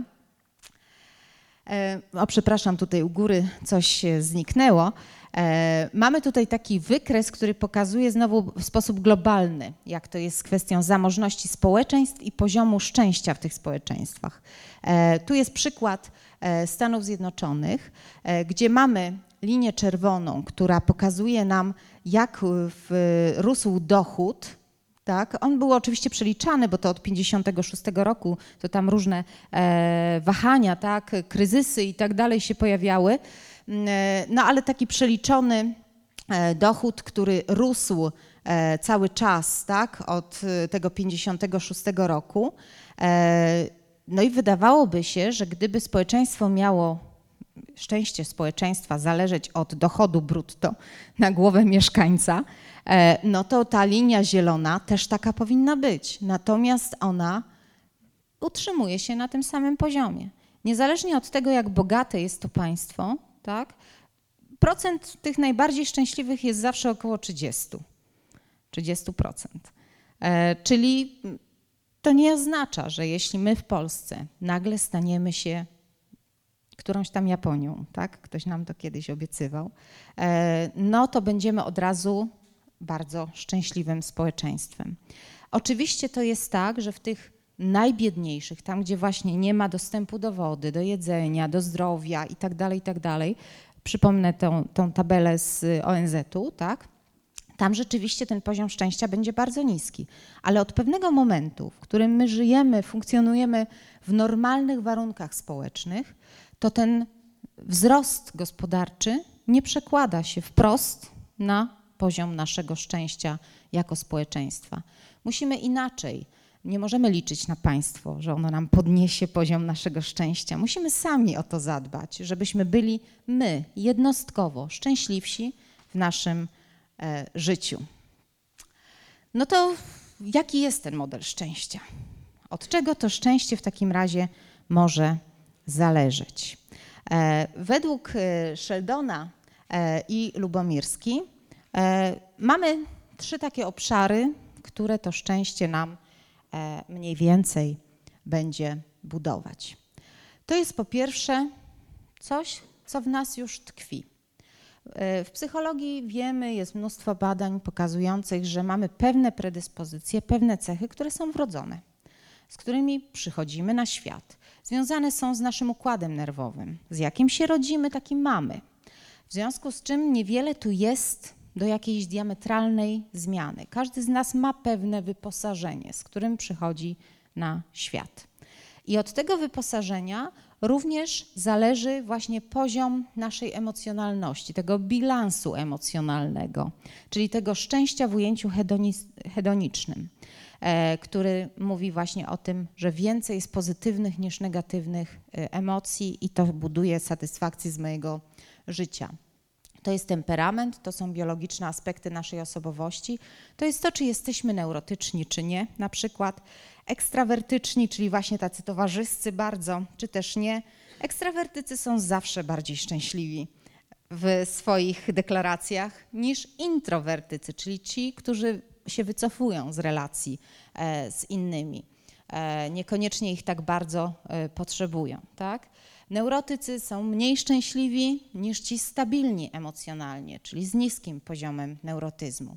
E, o, przepraszam, tutaj u góry coś zniknęło. E, mamy tutaj taki wykres, który pokazuje znowu w sposób globalny, jak to jest z kwestią zamożności społeczeństw i poziomu szczęścia w tych społeczeństwach. E, tu jest przykład e, Stanów Zjednoczonych, e, gdzie mamy linię czerwoną, która pokazuje nam, jak w, rósł dochód. Tak, on był oczywiście przeliczany, bo to od pięćdziesiątego szóstego roku to tam różne e, wahania, tak, kryzysy i tak dalej się pojawiały. E, no ale taki przeliczony e, dochód, który rósł e, cały czas, tak, od tego pięćdziesiątego szóstego roku. E, no i wydawałoby się, że gdyby społeczeństwo miało, szczęście społeczeństwa zależeć od dochodu brutto na głowę mieszkańca, no to ta linia zielona też taka powinna być. Natomiast ona utrzymuje się na tym samym poziomie. Niezależnie od tego, jak bogate jest to państwo, tak, procent tych najbardziej szczęśliwych jest zawsze około trzydzieści procent. E, czyli to nie oznacza, że jeśli my w Polsce nagle staniemy się którąś tam Japonią, tak? Ktoś nam to kiedyś obiecywał, no to będziemy od razu bardzo szczęśliwym społeczeństwem. Oczywiście to jest tak, że w tych najbiedniejszych, tam gdzie właśnie nie ma dostępu do wody, do jedzenia, do zdrowia i tak dalej, i tak dalej, przypomnę tą, tą tabelę z O N Z-u, tak? Tam rzeczywiście ten poziom szczęścia będzie bardzo niski, ale od pewnego momentu, w którym my żyjemy, funkcjonujemy w normalnych warunkach społecznych, to ten wzrost gospodarczy nie przekłada się wprost na poziom naszego szczęścia jako społeczeństwa. Musimy inaczej. Nie możemy liczyć na państwo, że ono nam podniesie poziom naszego szczęścia. Musimy sami o to zadbać, żebyśmy byli my jednostkowo szczęśliwsi w naszym e, życiu. No to jaki jest ten model szczęścia? Od czego to szczęście w takim razie może zależeć? E, według Sheldona e, i Lubomirski e, mamy trzy takie obszary, które to szczęście nam e, mniej więcej będzie budować. To jest po pierwsze coś, co w nas już tkwi. W psychologii wiemy, jest mnóstwo badań pokazujących, że mamy pewne predyspozycje, pewne cechy, które są wrodzone, z którymi przychodzimy na świat. Związane są z naszym układem nerwowym. Z jakim się rodzimy, takim mamy. W związku z czym niewiele tu jest do jakiejś diametralnej zmiany. Każdy z nas ma pewne wyposażenie, z którym przychodzi na świat. I od tego wyposażenia również zależy właśnie poziom naszej emocjonalności, tego bilansu emocjonalnego, czyli tego szczęścia w ujęciu hedonicznym, e, który mówi właśnie o tym, że więcej jest pozytywnych niż negatywnych emocji i to buduje satysfakcję z mojego życia. To jest temperament, to są biologiczne aspekty naszej osobowości. To jest to, czy jesteśmy neurotyczni, czy nie, na przykład ekstrawertyczni, czyli właśnie tacy towarzyscy bardzo, czy też nie. Ekstrawertycy są zawsze bardziej szczęśliwi w swoich deklaracjach niż introwertycy, czyli ci, którzy się wycofują z relacji z innymi. Niekoniecznie ich tak bardzo potrzebują, tak? Neurotycy są mniej szczęśliwi niż ci stabilni emocjonalnie, czyli z niskim poziomem neurotyzmu.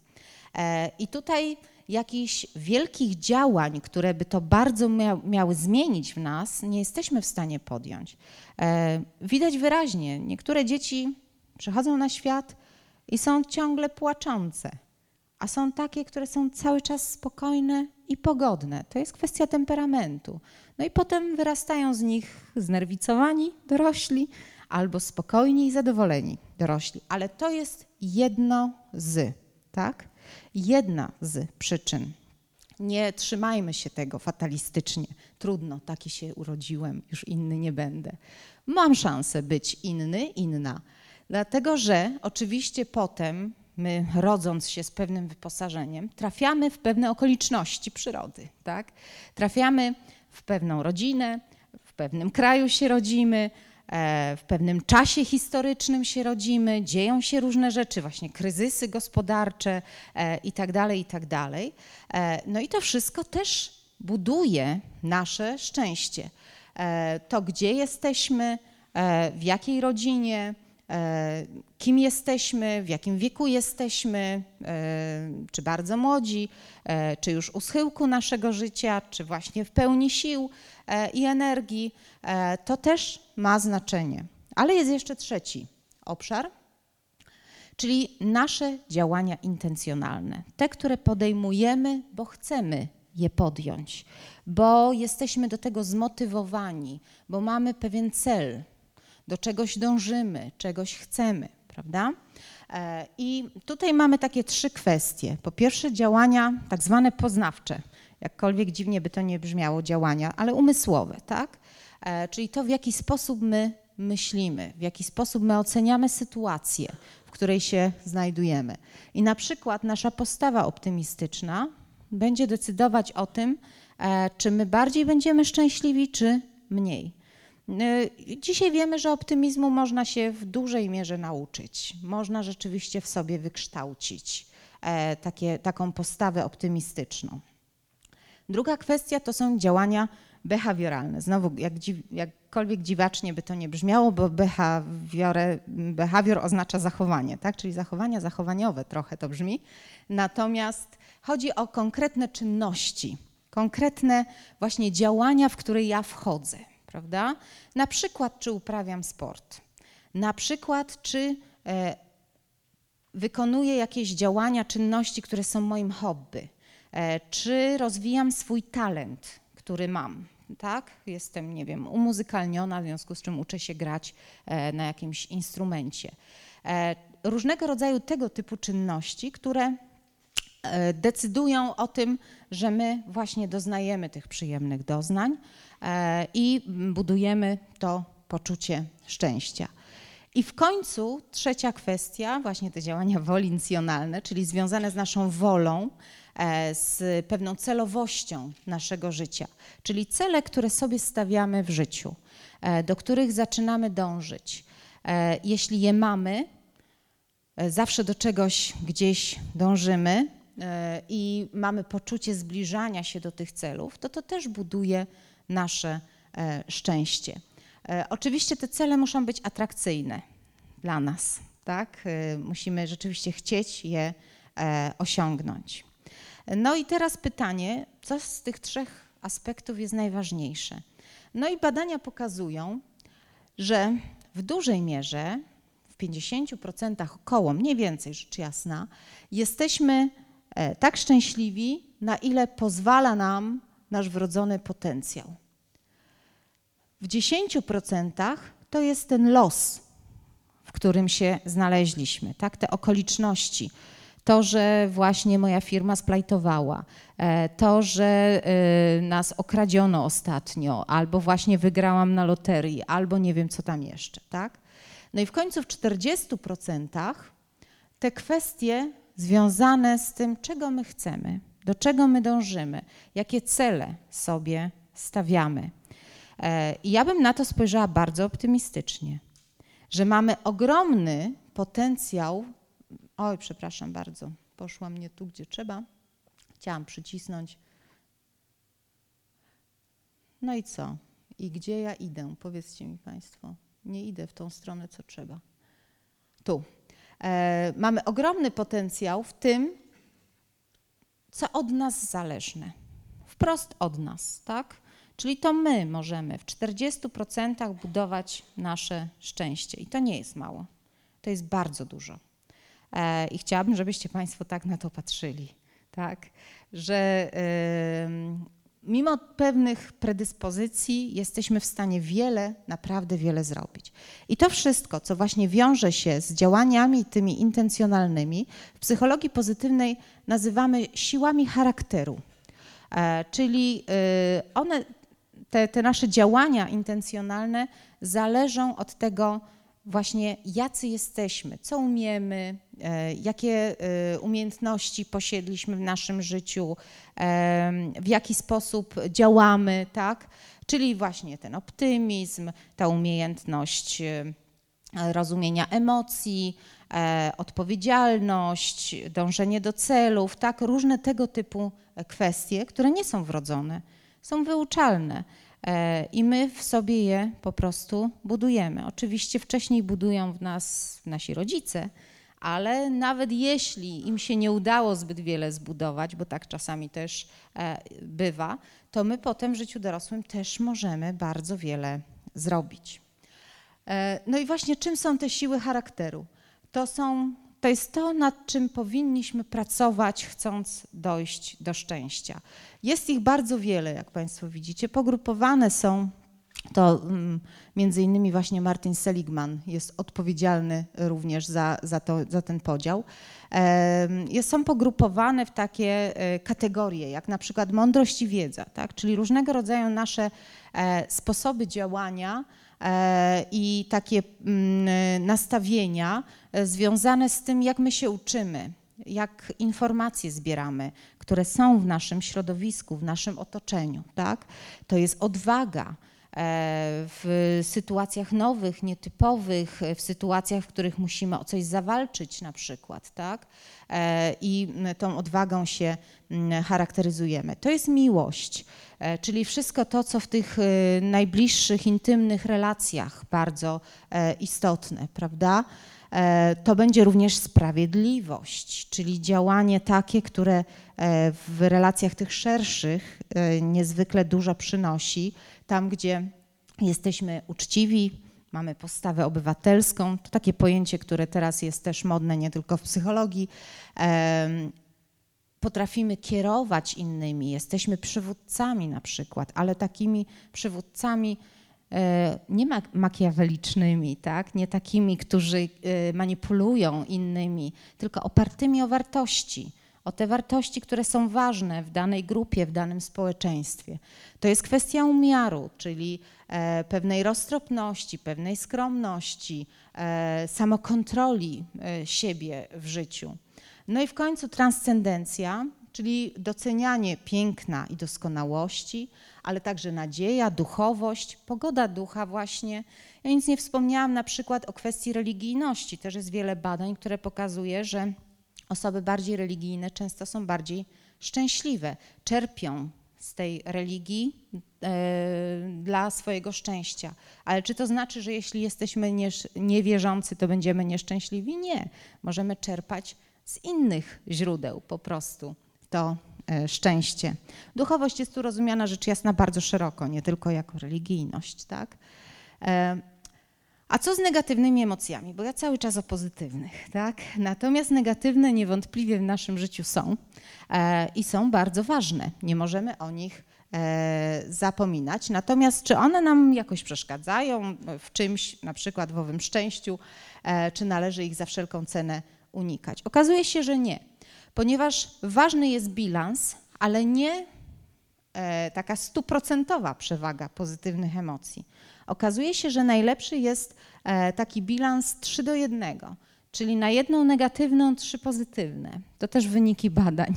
I tutaj jakichś wielkich działań, które by to bardzo mia miały zmienić w nas, nie jesteśmy w stanie podjąć. Widać wyraźnie, niektóre dzieci przychodzą na świat i są ciągle płaczące, a są takie, które są cały czas spokojne i pogodne. To jest kwestia temperamentu. No i potem wyrastają z nich znerwicowani dorośli albo spokojni i zadowoleni dorośli. Ale to jest jedno z, tak? Jedna z przyczyn. Nie trzymajmy się tego fatalistycznie. Trudno, taki się urodziłem, już inny nie będę. Mam szansę być inny, inna. Dlatego, że oczywiście potem my, rodząc się z pewnym wyposażeniem, trafiamy w pewne okoliczności przyrody, tak? Trafiamy w pewną rodzinę, w pewnym kraju się rodzimy, w pewnym czasie historycznym się rodzimy, dzieją się różne rzeczy, właśnie kryzysy gospodarcze i tak dalej, i tak dalej. No i to wszystko też buduje nasze szczęście. To, gdzie jesteśmy, w jakiej rodzinie, kim jesteśmy, w jakim wieku jesteśmy, czy bardzo młodzi, czy już u schyłku naszego życia, czy właśnie w pełni sił i energii, to też ma znaczenie. Ale jest jeszcze trzeci obszar, czyli nasze działania intencjonalne, te, które podejmujemy, bo chcemy je podjąć, bo jesteśmy do tego zmotywowani, bo mamy pewien cel, do czegoś dążymy, czegoś chcemy, prawda? I tutaj mamy takie trzy kwestie. Po pierwsze działania tak zwane poznawcze, jakkolwiek dziwnie by to nie brzmiało, działania, ale umysłowe, tak? Czyli to, w jaki sposób my myślimy, w jaki sposób my oceniamy sytuację, w której się znajdujemy. I na przykład nasza postawa optymistyczna będzie decydować o tym, czy my bardziej będziemy szczęśliwi, czy mniej. Dzisiaj wiemy, że optymizmu można się w dużej mierze nauczyć. Można rzeczywiście w sobie wykształcić takie, taką postawę optymistyczną. Druga kwestia to są działania behawioralne. Znowu, jak dziw, jakkolwiek dziwacznie by to nie brzmiało, bo behawiore, behawior oznacza zachowanie, tak? Czyli zachowania zachowaniowe trochę to brzmi. Natomiast chodzi o konkretne czynności, konkretne właśnie działania, w które ja wchodzę, prawda? Na przykład, czy uprawiam sport, na przykład, czy e, wykonuję jakieś działania, czynności, które są moim hobby, e, czy rozwijam swój talent, który mam, tak? Jestem, nie wiem, umuzykalniona, w związku z czym uczę się grać e, na jakimś instrumencie. E, różnego rodzaju tego typu czynności, które e, decydują o tym, że my właśnie doznajemy tych przyjemnych doznań e, i budujemy to poczucie szczęścia. I w końcu trzecia kwestia, właśnie te działania wolincjonalne, czyli związane z naszą wolą, z pewną celowością naszego życia, czyli cele, które sobie stawiamy w życiu, do których zaczynamy dążyć. Jeśli je mamy, zawsze do czegoś gdzieś dążymy i mamy poczucie zbliżania się do tych celów, to to też buduje nasze szczęście. Oczywiście te cele muszą być atrakcyjne dla nas, tak? Musimy rzeczywiście chcieć je osiągnąć. No i teraz pytanie, co z tych trzech aspektów jest najważniejsze? No i badania pokazują, że w dużej mierze, w pięćdziesięciu procentach około, mniej więcej rzecz jasna, jesteśmy tak szczęśliwi, na ile pozwala nam nasz wrodzony potencjał. W dziesięciu procentach to jest ten los, w którym się znaleźliśmy, tak? Te okoliczności. To, że właśnie moja firma splajtowała, to, że nas okradziono ostatnio, albo właśnie wygrałam na loterii, albo nie wiem co tam jeszcze, tak? No i w końcu w czterdziestu procentach te kwestie związane z tym, czego my chcemy, do czego my dążymy, jakie cele sobie stawiamy. I ja bym na to spojrzała bardzo optymistycznie, że mamy ogromny potencjał. Oj, przepraszam bardzo, poszłam nie tu, gdzie trzeba. Chciałam przycisnąć. No i co? I gdzie ja idę? Powiedzcie mi Państwo. Nie idę w tą stronę, co trzeba. Tu. E, mamy ogromny potencjał w tym, co od nas zależne. Wprost od nas, tak? Czyli to my możemy w czterdziestu procentach budować nasze szczęście. I to nie jest mało. To jest bardzo dużo. E, I chciałabym, żebyście Państwo tak na to patrzyli, tak? Że y, mimo pewnych predyspozycji jesteśmy w stanie wiele, naprawdę wiele zrobić. I to wszystko, co właśnie wiąże się z działaniami tymi intencjonalnymi, w psychologii pozytywnej nazywamy siłami charakteru. E, czyli y, one, te, te nasze działania intencjonalne zależą od tego, właśnie jacy jesteśmy, co umiemy, e, jakie e, umiejętności posiedliśmy w naszym życiu, e, w jaki sposób działamy, tak? Czyli właśnie ten optymizm, ta umiejętność e, rozumienia emocji, e, odpowiedzialność, dążenie do celów, tak? Różne tego typu kwestie, które nie są wrodzone, są wyuczalne. I my w sobie je po prostu budujemy. Oczywiście wcześniej budują w nas nasi rodzice, ale nawet jeśli im się nie udało zbyt wiele zbudować, bo tak czasami też bywa, to my potem w życiu dorosłym też możemy bardzo wiele zrobić. No i właśnie czym są te siły charakteru? To są, to jest to, nad czym powinniśmy pracować, chcąc dojść do szczęścia. Jest ich bardzo wiele, jak Państwo widzicie. Pogrupowane są, to um, między innymi właśnie Martin Seligman jest odpowiedzialny również za, za, to, za ten podział. E, są pogrupowane w takie e, kategorie, jak na przykład mądrość i wiedza, tak? Czyli różnego rodzaju nasze e, sposoby działania e, i takie m, nastawienia e, związane z tym, jak my się uczymy, jak informacje zbieramy, które są w naszym środowisku, w naszym otoczeniu, tak? To jest odwaga, w sytuacjach nowych, nietypowych, w sytuacjach, w których musimy o coś zawalczyć na przykład, tak? I tą odwagą się charakteryzujemy. To jest miłość, czyli wszystko to, co w tych najbliższych, intymnych relacjach bardzo istotne, prawda? To będzie również sprawiedliwość, czyli działanie takie, które w relacjach tych szerszych niezwykle dużo przynosi, tam gdzie jesteśmy uczciwi, mamy postawę obywatelską, to takie pojęcie, które teraz jest też modne nie tylko w psychologii, potrafimy kierować innymi, jesteśmy przywódcami na przykład, ale takimi przywódcami nie makiawelicznymi, tak? Nie takimi, którzy manipulują innymi, tylko opartymi o wartości, o te wartości, które są ważne w danej grupie, w danym społeczeństwie. To jest kwestia umiaru, czyli pewnej roztropności, pewnej skromności, samokontroli siebie w życiu. No i w końcu transcendencja, czyli docenianie piękna i doskonałości, ale także nadzieja, duchowość, pogoda ducha właśnie. Ja nic nie wspomniałam na przykład o kwestii religijności. Też jest wiele badań, które pokazuje, że osoby bardziej religijne często są bardziej szczęśliwe, czerpią z tej religii e, dla swojego szczęścia. Ale czy to znaczy, że jeśli jesteśmy niewierzący, to będziemy nieszczęśliwi? Nie. Możemy czerpać z innych źródeł po prostu to e, szczęście. Duchowość jest tu rozumiana rzecz jasna bardzo szeroko, nie tylko jako religijność, tak? E, A co z negatywnymi emocjami? Bo ja cały czas o pozytywnych, tak? Natomiast negatywne niewątpliwie w naszym życiu są e, i są bardzo ważne. Nie możemy o nich e, zapominać. Natomiast czy one nam jakoś przeszkadzają w czymś, na przykład w owym szczęściu, e, czy należy ich za wszelką cenę unikać? Okazuje się, że nie, ponieważ ważny jest bilans, ale nie e, taka stuprocentowa przewaga pozytywnych emocji. Okazuje się, że najlepszy jest taki bilans trzy do jednego, czyli na jedną negatywną trzy pozytywne. To też wyniki badań,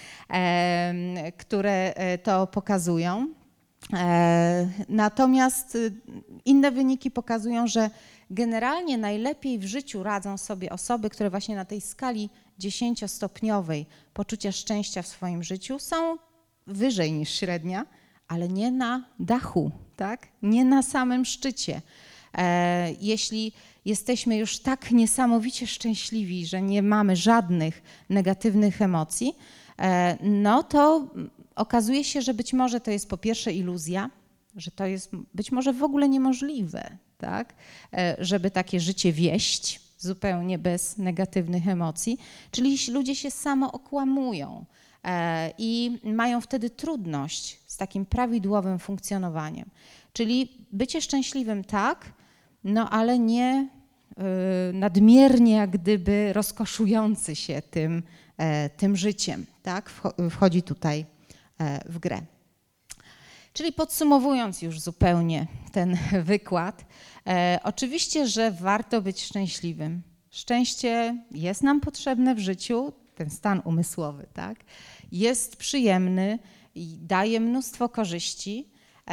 które to pokazują. Natomiast inne wyniki pokazują, że generalnie najlepiej w życiu radzą sobie osoby, które właśnie na tej skali dziesięciostopniowej poczucia szczęścia w swoim życiu są wyżej niż średnia, ale nie na dachu, tak? Nie na samym szczycie. E, jeśli jesteśmy już tak niesamowicie szczęśliwi, że nie mamy żadnych negatywnych emocji, e, no to okazuje się, że być może to jest po pierwsze iluzja, że to jest być może w ogóle niemożliwe, tak? E, żeby takie życie wieść zupełnie bez negatywnych emocji, czyli ludzie się samo okłamują i mają wtedy trudność z takim prawidłowym funkcjonowaniem. Czyli bycie szczęśliwym tak, no ale nie y, nadmiernie jak gdyby rozkoszujący się tym, e, tym życiem, tak, wchodzi tutaj e, w grę. Czyli podsumowując już zupełnie ten wykład, e, oczywiście, że warto być szczęśliwym. Szczęście jest nam potrzebne w życiu, ten stan umysłowy, tak, jest przyjemny i daje mnóstwo korzyści,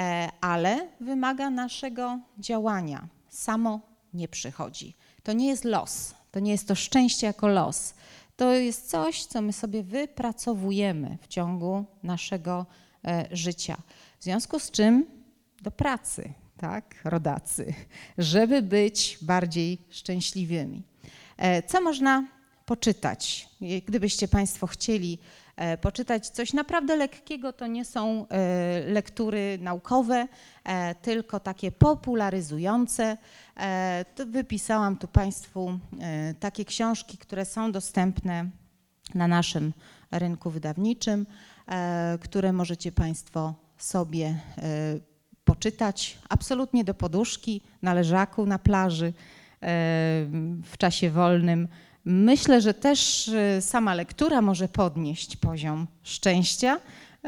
ale wymaga naszego działania. Samo nie przychodzi. To nie jest los, to nie jest to szczęście jako los. To jest coś, co my sobie wypracowujemy w ciągu naszego życia. W związku z czym do pracy, tak, rodacy, żeby być bardziej szczęśliwymi. Co można poczytać? Gdybyście Państwo chcieli poczytać coś naprawdę lekkiego, to nie są lektury naukowe, tylko takie popularyzujące. To wypisałam tu Państwu takie książki, które są dostępne na naszym rynku wydawniczym, które możecie Państwo sobie poczytać absolutnie do poduszki, na leżaku, na plaży, w czasie wolnym. Myślę, że też sama lektura może podnieść poziom szczęścia,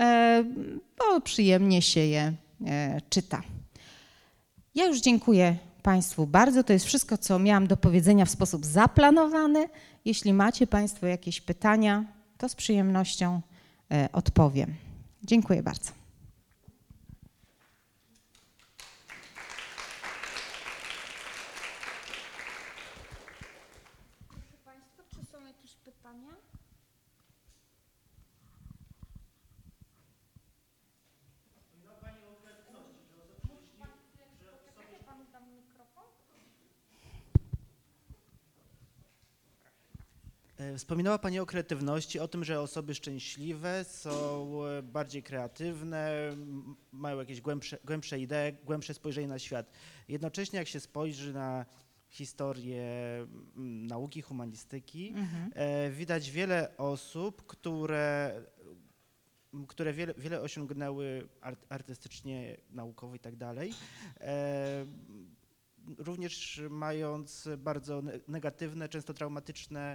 bo przyjemnie się je czyta. Ja już dziękuję Państwu bardzo. To jest wszystko, co miałam do powiedzenia w sposób zaplanowany. Jeśli macie Państwo jakieś pytania, to z przyjemnością odpowiem. Dziękuję bardzo. Wspominała Pani o kreatywności, o tym, że osoby szczęśliwe są bardziej kreatywne, mają jakieś głębsze, głębsze idee, głębsze spojrzenie na świat. Jednocześnie jak się spojrzy na historię nauki, humanistyki, mhm. widać wiele osób, które, które wiele, wiele osiągnęły art, artystycznie, naukowo i tak dalej, również mając bardzo negatywne, często traumatyczne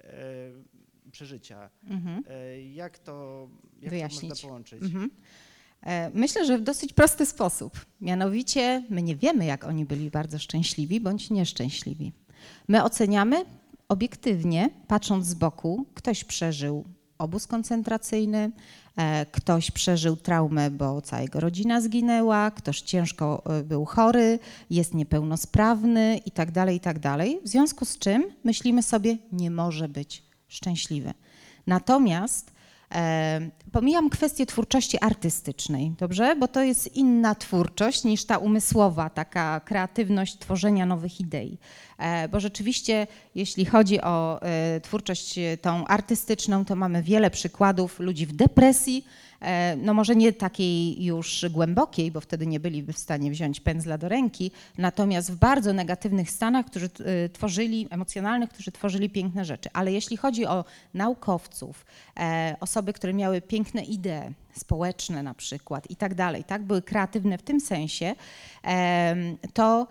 przeżycia. Mhm. Jak to, jak Wyjaśnić. to można połączyć? Mhm. Myślę, że w dosyć prosty sposób. Mianowicie my nie wiemy, jak oni byli bardzo szczęśliwi bądź nieszczęśliwi. My oceniamy obiektywnie, patrząc z boku, ktoś przeżył obóz koncentracyjny, ktoś przeżył traumę, bo cała jego rodzina zginęła, ktoś ciężko był chory, jest niepełnosprawny i tak dalej, i tak dalej. W związku z czym myślimy sobie, nie może być szczęśliwy. Natomiast e, pomijam kwestię twórczości artystycznej, dobrze? Bo to jest inna twórczość niż ta umysłowa, taka kreatywność tworzenia nowych idei. E, bo rzeczywiście, jeśli chodzi o e, twórczość tą artystyczną, to mamy wiele przykładów ludzi w depresji, e, no może nie takiej już głębokiej, bo wtedy nie byliby w stanie wziąć pędzla do ręki, natomiast w bardzo negatywnych stanach, którzy e, tworzyli, emocjonalnych, którzy tworzyli piękne rzeczy. Ale jeśli chodzi o naukowców, e, osoby, które miały piękne idee społeczne na przykład i tak dalej, tak, były kreatywne w tym sensie, e, to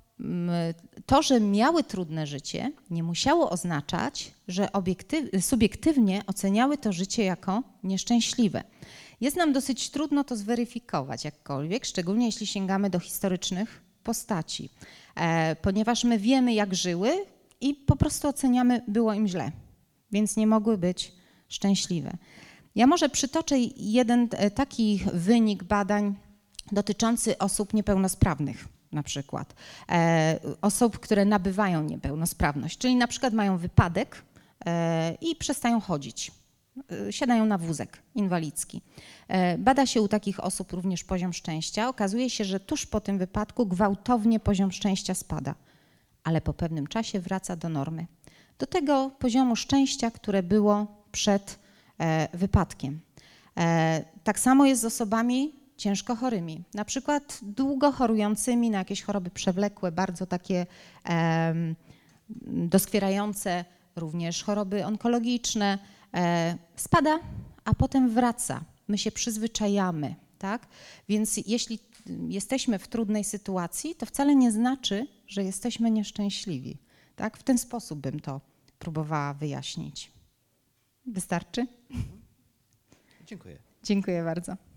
to, że miały trudne życie, nie musiało oznaczać, że obiektyw, subiektywnie oceniały to życie jako nieszczęśliwe. Jest nam dosyć trudno to zweryfikować jakkolwiek, szczególnie jeśli sięgamy do historycznych postaci, e, ponieważ my wiemy, jak żyły i po prostu oceniamy, było im źle, więc nie mogły być szczęśliwe. Ja może przytoczę jeden taki wynik badań dotyczący osób niepełnosprawnych. Na przykład e, osób, które nabywają niepełnosprawność, czyli na przykład mają wypadek e, i przestają chodzić, e, siadają na wózek inwalidzki. E, bada się u takich osób również poziom szczęścia. Okazuje się, że tuż po tym wypadku gwałtownie poziom szczęścia spada, ale po pewnym czasie wraca do normy, do tego poziomu szczęścia, które było przed e, wypadkiem. E, tak samo jest z osobami ciężko chorymi, na przykład długo chorującymi na jakieś choroby przewlekłe, bardzo takie e, doskwierające, również choroby onkologiczne, e, spada, a potem wraca. My się przyzwyczajamy, tak? Więc jeśli jesteśmy w trudnej sytuacji, to wcale nie znaczy, że jesteśmy nieszczęśliwi, tak? W ten sposób bym to próbowała wyjaśnić. Wystarczy? Dziękuję. Dziękuję bardzo.